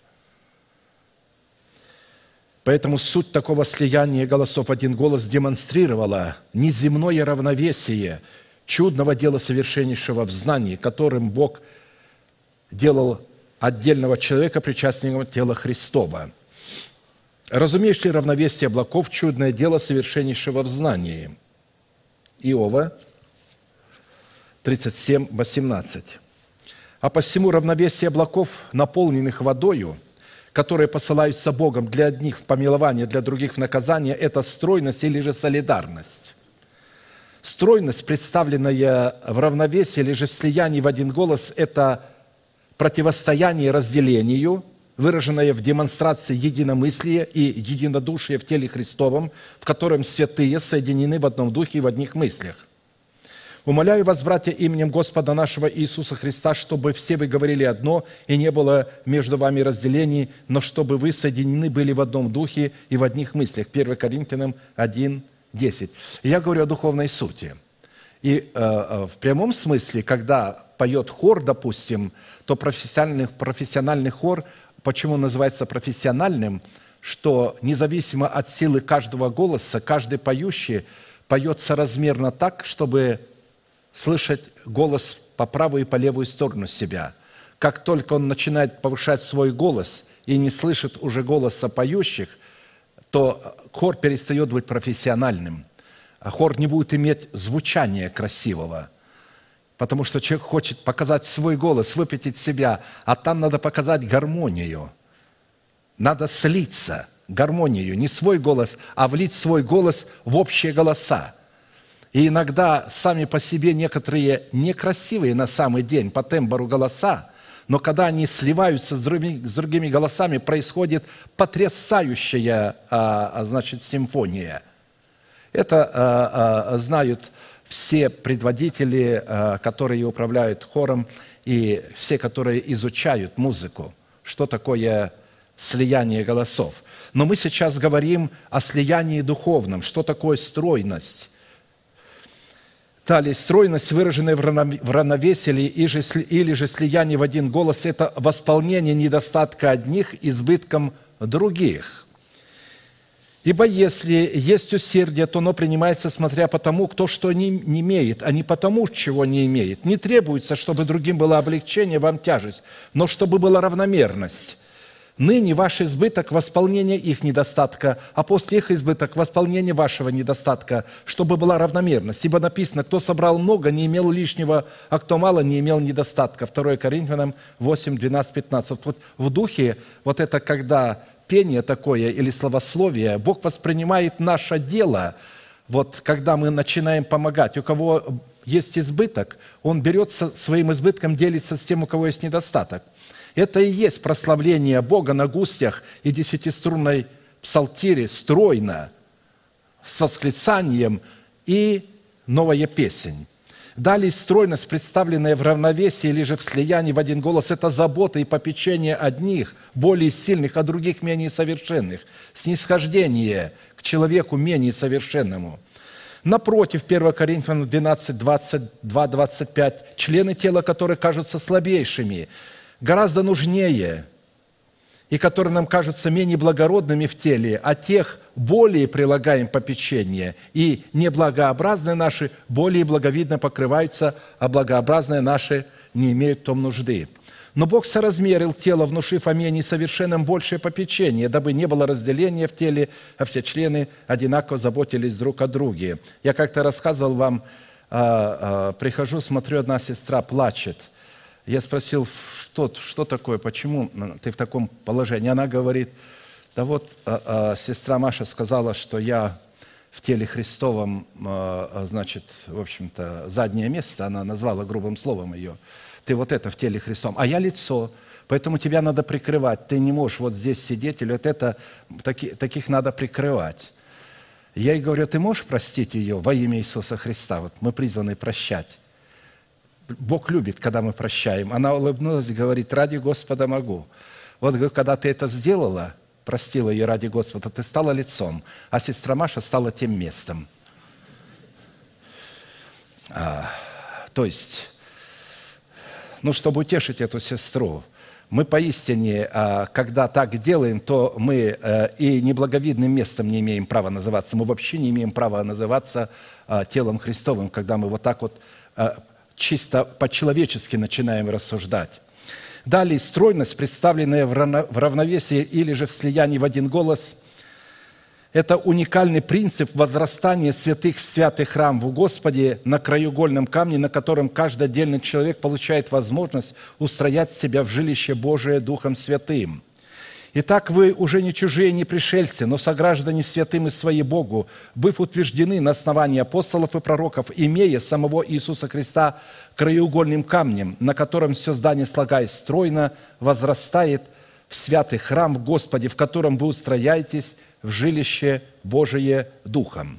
Speaker 5: Поэтому суть такого слияния голосов в один голос демонстрировала неземное равновесие чудного дела совершеннейшего в знании, которым Бог делал отдельного человека причастником тела Христова. Разумеешь ли равновесие облаков чудное дело совершеннейшего в знании? Иова тридцать семь, восемнадцать. А посему равновесие облаков, наполненных водою, которые посылаются Богом для одних в помилование, для других в наказание, это стройность или же солидарность. Стройность, представленная в равновесии или же в слиянии в один голос, это противостояние разделению, выраженное в демонстрации единомыслия и единодушия в теле Христовом, в котором святые соединены в одном духе и в одних мыслях. Умоляю вас, братья, именем Господа нашего Иисуса Христа, чтобы все вы говорили одно, и не было между вами разделений, но чтобы вы соединены были в одном духе и в одних мыслях. первое Коринфянам один, десять. Я говорю о духовной сути. И э, в прямом смысле, когда поет хор, допустим, то профессиональный, профессиональный хор, почему он называется профессиональным, что независимо от силы каждого голоса, каждый поющий поет соразмерно так, чтобы слышать голос по правую и по левую сторону себя. Как только он начинает повышать свой голос и не слышит уже голоса поющих, то хор перестает быть профессиональным. А хор не будет иметь звучания красивого, потому что человек хочет показать свой голос, выпятить себя, а там надо показать гармонию. Надо слиться, гармонию, не свой голос, а влить свой голос в общие голоса. И иногда сами по себе некоторые некрасивые на самый день по тембру голоса, но когда они сливаются с другими, с другими голосами, происходит потрясающая, а, значит, симфония. Это а, а, знают все предводители, а, которые управляют хором, и все, которые изучают музыку, что такое слияние голосов. Но мы сейчас говорим о слиянии духовном, что такое стройность. Далее, стройность, выраженная в равновесии или же слияние в один голос, это восполнение недостатка одних избытком других. Ибо если есть усердие, то оно принимается, смотря по тому, кто что не, не имеет, а не потому, чего не имеет. Не требуется, чтобы другим было облегчение, вам тяжесть, но чтобы была равномерность. Ныне ваш избыток – восполнение их недостатка, а после их избыток – восполнение вашего недостатка, чтобы была равномерность. Ибо написано, кто собрал много, не имел лишнего, а кто мало, не имел недостатка. второе Коринфянам восемь, двенадцать, пятнадцать. Вот в духе, вот это когда пение такое или словословие, Бог воспринимает наше дело, вот когда мы начинаем помогать. У кого есть избыток, он берется своим избытком, делится с тем, у кого есть недостаток. Это и есть прославление Бога на густях и десятиструнной псалтире стройно, с восклицанием и новая песнь. Далее стройность, представленная в равновесии или же в слиянии в один голос, это забота и попечение одних, более сильных, а других менее совершенных, снисхождение к человеку менее совершенному. Напротив, первое Коринфянам двенадцать, двадцать два, двадцать пять, члены тела, которые кажутся слабейшими, гораздо нужнее, и которые нам кажутся менее благородными в теле, а тех более прилагаем попечение, и неблагообразные наши более благовидно покрываются, а благообразные наши не имеют в том нужды. Но Бог соразмерил тело, внушив о менее совершенном большее попечение, дабы не было разделения в теле, а все члены одинаково заботились друг о друге. Я как-то рассказывал вам, а, а, прихожу, смотрю, одна сестра плачет. Я спросил, что, что такое, почему ты в таком положении? Она говорит, да вот а, а, сестра Маша сказала, что я в теле Христовом, а, значит, в общем-то, заднее место, она назвала грубым словом ее, ты вот это в теле Христовом, а я лицо, поэтому тебя надо прикрывать, ты не можешь вот здесь сидеть, или вот это, таки, таких надо прикрывать. Я ей говорю, ты можешь простить ее во имя Иисуса Христа? Вот мы призваны прощать. Бог любит, когда мы прощаем. Она улыбнулась и говорит, ради Господа могу. Вот когда ты это сделала, простила ее ради Господа, ты стала лицом, а сестра Маша стала тем местом. А, то есть, ну, чтобы утешить эту сестру, мы поистине, а, когда так делаем, то мы а, и неблаговидным местом не имеем права называться. Мы вообще не имеем права называться а, телом Христовым, когда мы вот так вот а, чисто по-человечески начинаем рассуждать. Далее, стройность, представленная в равновесии или же в слиянии в один голос, это уникальный принцип возрастания святых в святый храм в Господе на краеугольном камне, на котором каждый отдельный человек получает возможность устроять себя в жилище Божие Духом Святым. Итак, вы уже не чужие, не пришельцы, но сограждане святым и свои Богу, быв утверждены на основании апостолов и пророков, имея самого Иисуса Христа краеугольным камнем, на котором все здание, слагаясь стройно, возрастает в святый храм в Господе, в котором вы устрояетесь в жилище Божие Духом.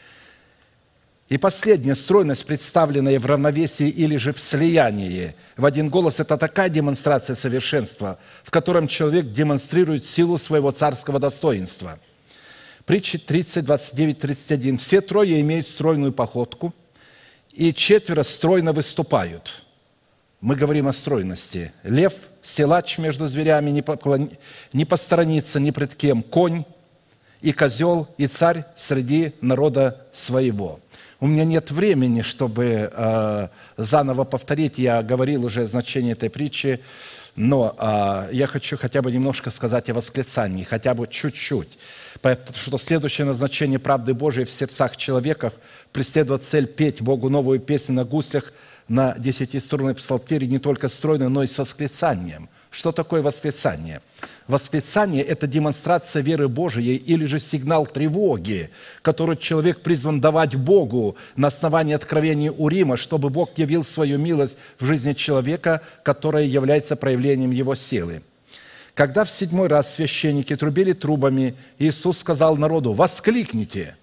Speaker 5: И последняя стройность, представленная в равновесии или же в слиянии в один голос, это такая демонстрация совершенства, в котором человек демонстрирует силу своего царского достоинства. Притчи тридцать, двадцать девять, тридцать один. «Все трое имеют стройную походку, и четверо стройно выступают». Мы говорим о стройности. Лев, силач между зверями, не, поклон... не посторонится ни пред кем, конь и козел, и царь среди народа своего. У меня нет времени, чтобы э, заново повторить, я говорил уже значение этой притчи, но э, я хочу хотя бы немножко сказать о восклицании, хотя бы чуть-чуть. Потому что следующее назначение правды Божией в сердцах человека преследует цель петь Богу новую песню на гуслях, на десятиструнной псалтире не только стройной, но и с восклицанием. Что такое восклицание? Восклицание – это демонстрация веры Божией или же сигнал тревоги, который человек призван давать Богу на основании откровения Урима, чтобы Бог явил свою милость в жизни человека, которая является проявлением Его силы. Когда в седьмой раз священники трубили трубами, Иисус сказал народу: «Воскликните,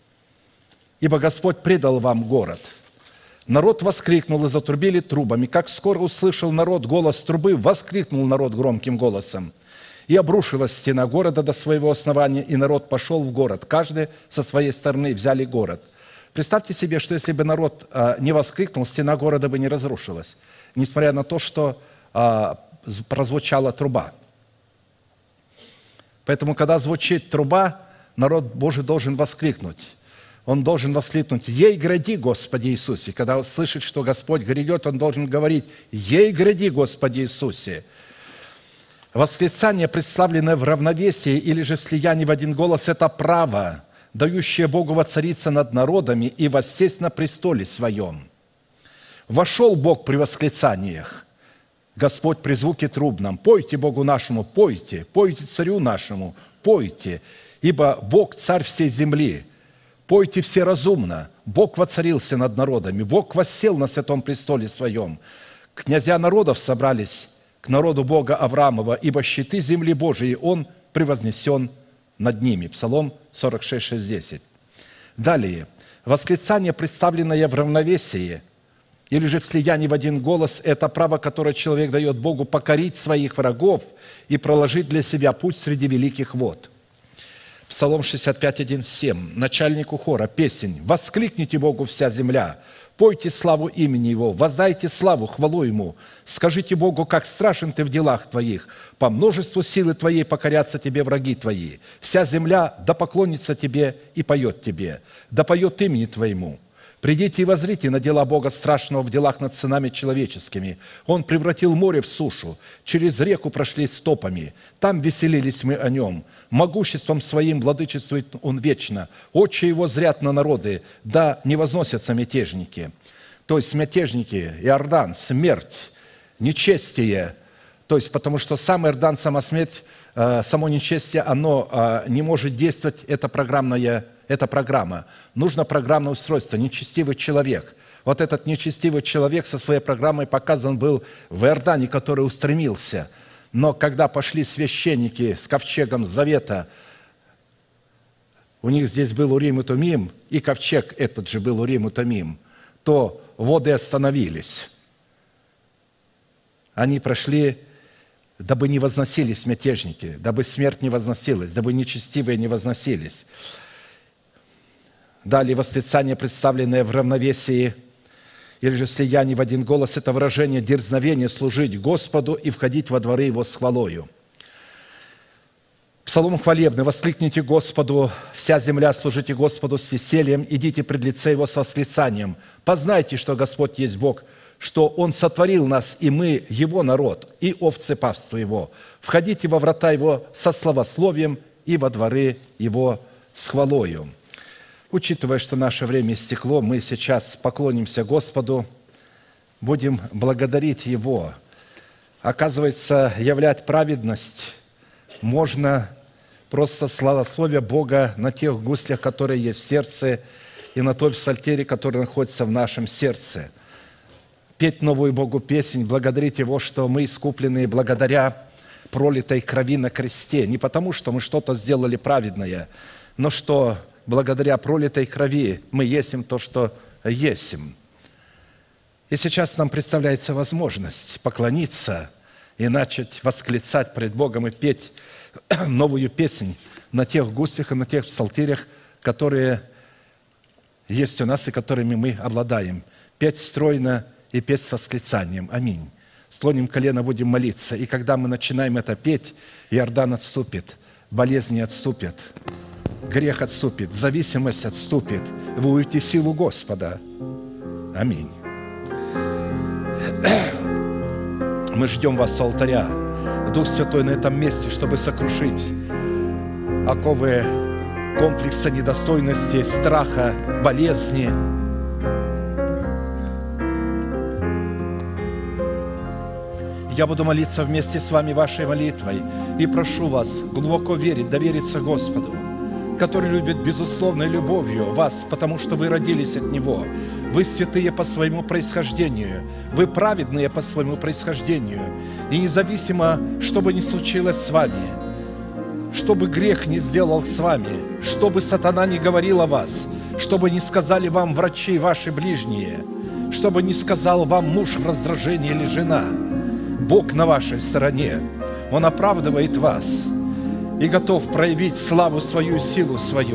Speaker 5: ибо Господь предал вам город». Народ воскликнул и затрубили трубами. Как скоро услышал народ голос трубы, воскликнул народ громким голосом. И обрушилась стена города до своего основания, и народ пошел в город. Каждый со своей стороны взяли город. Представьте себе, что если бы народ а, не воскликнул, стена города бы не разрушилась, несмотря на то, что а, прозвучала труба. Поэтому, когда звучит труба, народ Божий должен воскликнуть. Он должен воскликнуть: «Ей гради, Господи Иисусе!» Когда он слышит, что Господь грядет, он должен говорить: «Ей гради, Господи Иисусе!» Восклицание, представленное в равновесии или же в слиянии в один голос, это право, дающее Богу воцариться над народами и воссесть на престоле своем. Вошел Бог при восклицаниях, Господь при звуке трубном. Пойте Богу нашему, пойте, пойте царю нашему, пойте, ибо Бог царь всей земли. Пойте все разумно, Бог воцарился над народами, Бог воссел на святом престоле своем. Князья народов собрались к народу Бога Авраамова, ибо щиты земли Божией Он превознесен над ними. Псалом сорок шесть, шесть, десять. Далее. Восклицание, представленное в равновесии, или же в слиянии в один голос – это право, которое человек дает Богу покорить своих врагов и проложить для себя путь среди великих вод. Псалом шестьдесят пять, один, семь. Начальнику хора, песнь. «Воскликните Богу вся земля, пойте славу имени Его, воздайте славу, хвалу Ему. Скажите Богу, как страшен Ты в делах Твоих, по множеству силы Твоей покорятся Тебе враги Твои. Вся земля да поклонится Тебе и поет Тебе, да поет имени Твоему. Придите и воззрите на дела Бога страшного в делах над сынами человеческими. Он превратил море в сушу, через реку прошли стопами. Там веселились мы о Нем. Могуществом Своим владычествует Он вечно. Очи Его зрят на народы, да не возносятся мятежники». То есть мятежники, Иордан, смерть, нечестие. То есть потому что сам Иордан, сама смерть, э, само нечестие, оно э, не может действовать, это программная Это программа. Нужно программное устройство, нечестивый человек. Вот этот нечестивый человек со своей программой показан был в Иордане, который устремился. Но когда пошли священники с ковчегом завета, у них здесь был Урим и Тумим, и ковчег этот же был Урим и Тумим, то воды остановились. Они прошли, дабы не возносились мятежники, дабы смерть не возносилась, дабы нечестивые не возносились. Далее восклицание, представленное в равновесии или же в слиянии в один голос, это выражение дерзновения служить Господу и входить во дворы Его с хвалою. Псалом хвалебный. «Воскликните Господу, вся земля, служите Господу с весельем, идите пред лице Его с восклицанием. Познайте, что Господь есть Бог, что Он сотворил нас, и мы Его народ, и овцы паства Его. Входите во врата Его со славословием и во дворы Его с хвалою». Учитывая, что наше время истекло, мы сейчас поклонимся Господу, будем благодарить Его. Оказывается, являть праведность можно просто славословие Бога на тех гуслях, которые есть в сердце, и на том псалтере, который находится в нашем сердце. Петь новую Богу песнь, благодарить Его, что мы искуплены благодаря пролитой крови на кресте. Не потому, что мы что-то сделали праведное, но что благодаря пролитой крови мы есим то, что есим. И сейчас нам представляется возможность поклониться и начать восклицать пред Богом и петь новую песнь на тех гуслях и на тех псалтирях, которые есть у нас и которыми мы обладаем. Петь стройно и петь с восклицанием. Аминь. Склоним колено, будем молиться. И когда мы начинаем это петь, Иордан отступит, болезни отступят, грех отступит, зависимость отступит. Вы увидите силу Господа. Аминь. Мы ждем вас с алтаря. Дух Святой на этом месте, чтобы сокрушить оковы комплекса недостойности, страха, болезни. Я буду молиться вместе с вами вашей молитвой и прошу вас глубоко верить, довериться Господу, который любит безусловной любовью вас, потому что вы родились от Него. Вы святые по своему происхождению, вы праведные по своему происхождению. И независимо, что бы ни случилось с вами, что бы грех не сделал с вами, что бы сатана не говорил о вас, что бы не сказали вам врачи ваши ближние, что бы не сказал вам муж в раздражении или жена, Бог на вашей стороне. Он оправдывает вас и готов проявить славу свою, силу свою.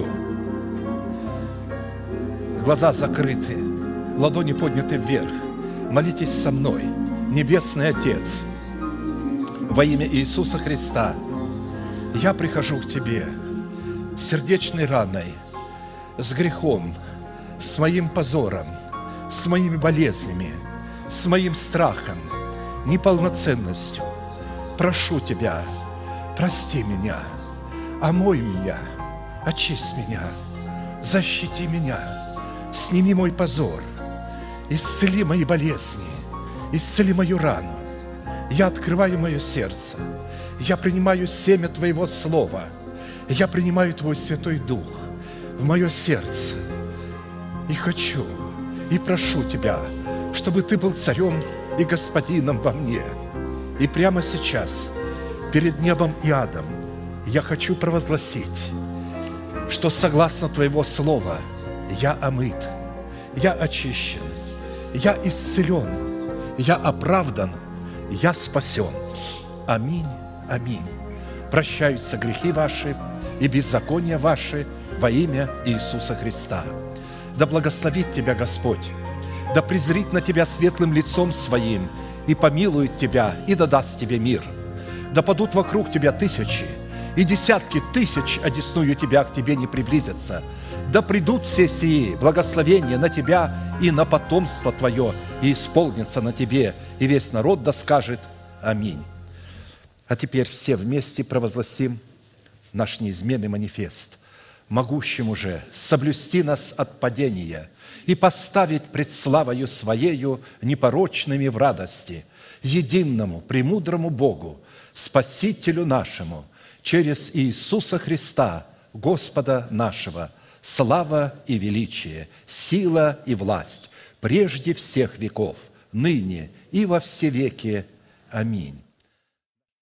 Speaker 5: Глаза закрыты, ладони подняты вверх. Молитесь со мной. Небесный Отец, во имя Иисуса Христа, я прихожу к Тебе с сердечной раной, с грехом, с моим позором, с моими болезнями, с моим страхом, неполноценностью. Прошу Тебя, прости меня, омой меня, очисть меня, защити меня, сними мой позор, исцели мои болезни, исцели мою рану. Я открываю мое сердце, я принимаю семя Твоего Слова, я принимаю Твой Святой Дух в мое сердце и хочу, и прошу Тебя, чтобы Ты был царем и господином во мне. И прямо сейчас, перед небом и адом, я хочу провозгласить, что согласно Твоего Слова я омыт, я очищен, я исцелен, я оправдан, я спасен. Аминь, аминь. Прощаются грехи ваши и беззакония ваши во имя Иисуса Христа. Да благословит тебя Господь, да презрит на тебя светлым лицом Своим и помилует тебя, и да даст тебе мир. Да падут вокруг тебя тысячи, и десятки тысяч, одесную тебя к тебе не приблизятся. Да придут все сии благословения на тебя и на потомство твое, и исполнится на тебе, и весь народ да скажет Аминь. А теперь все вместе провозгласим наш неизменный манифест, могущему же соблюсти нас от падения и поставить пред славою Своею непорочными в радости, единому, премудрому Богу, Спасителю нашему, через Иисуса Христа, Господа нашего, слава и величие, сила и власть, прежде всех веков, ныне и во все веки. Аминь.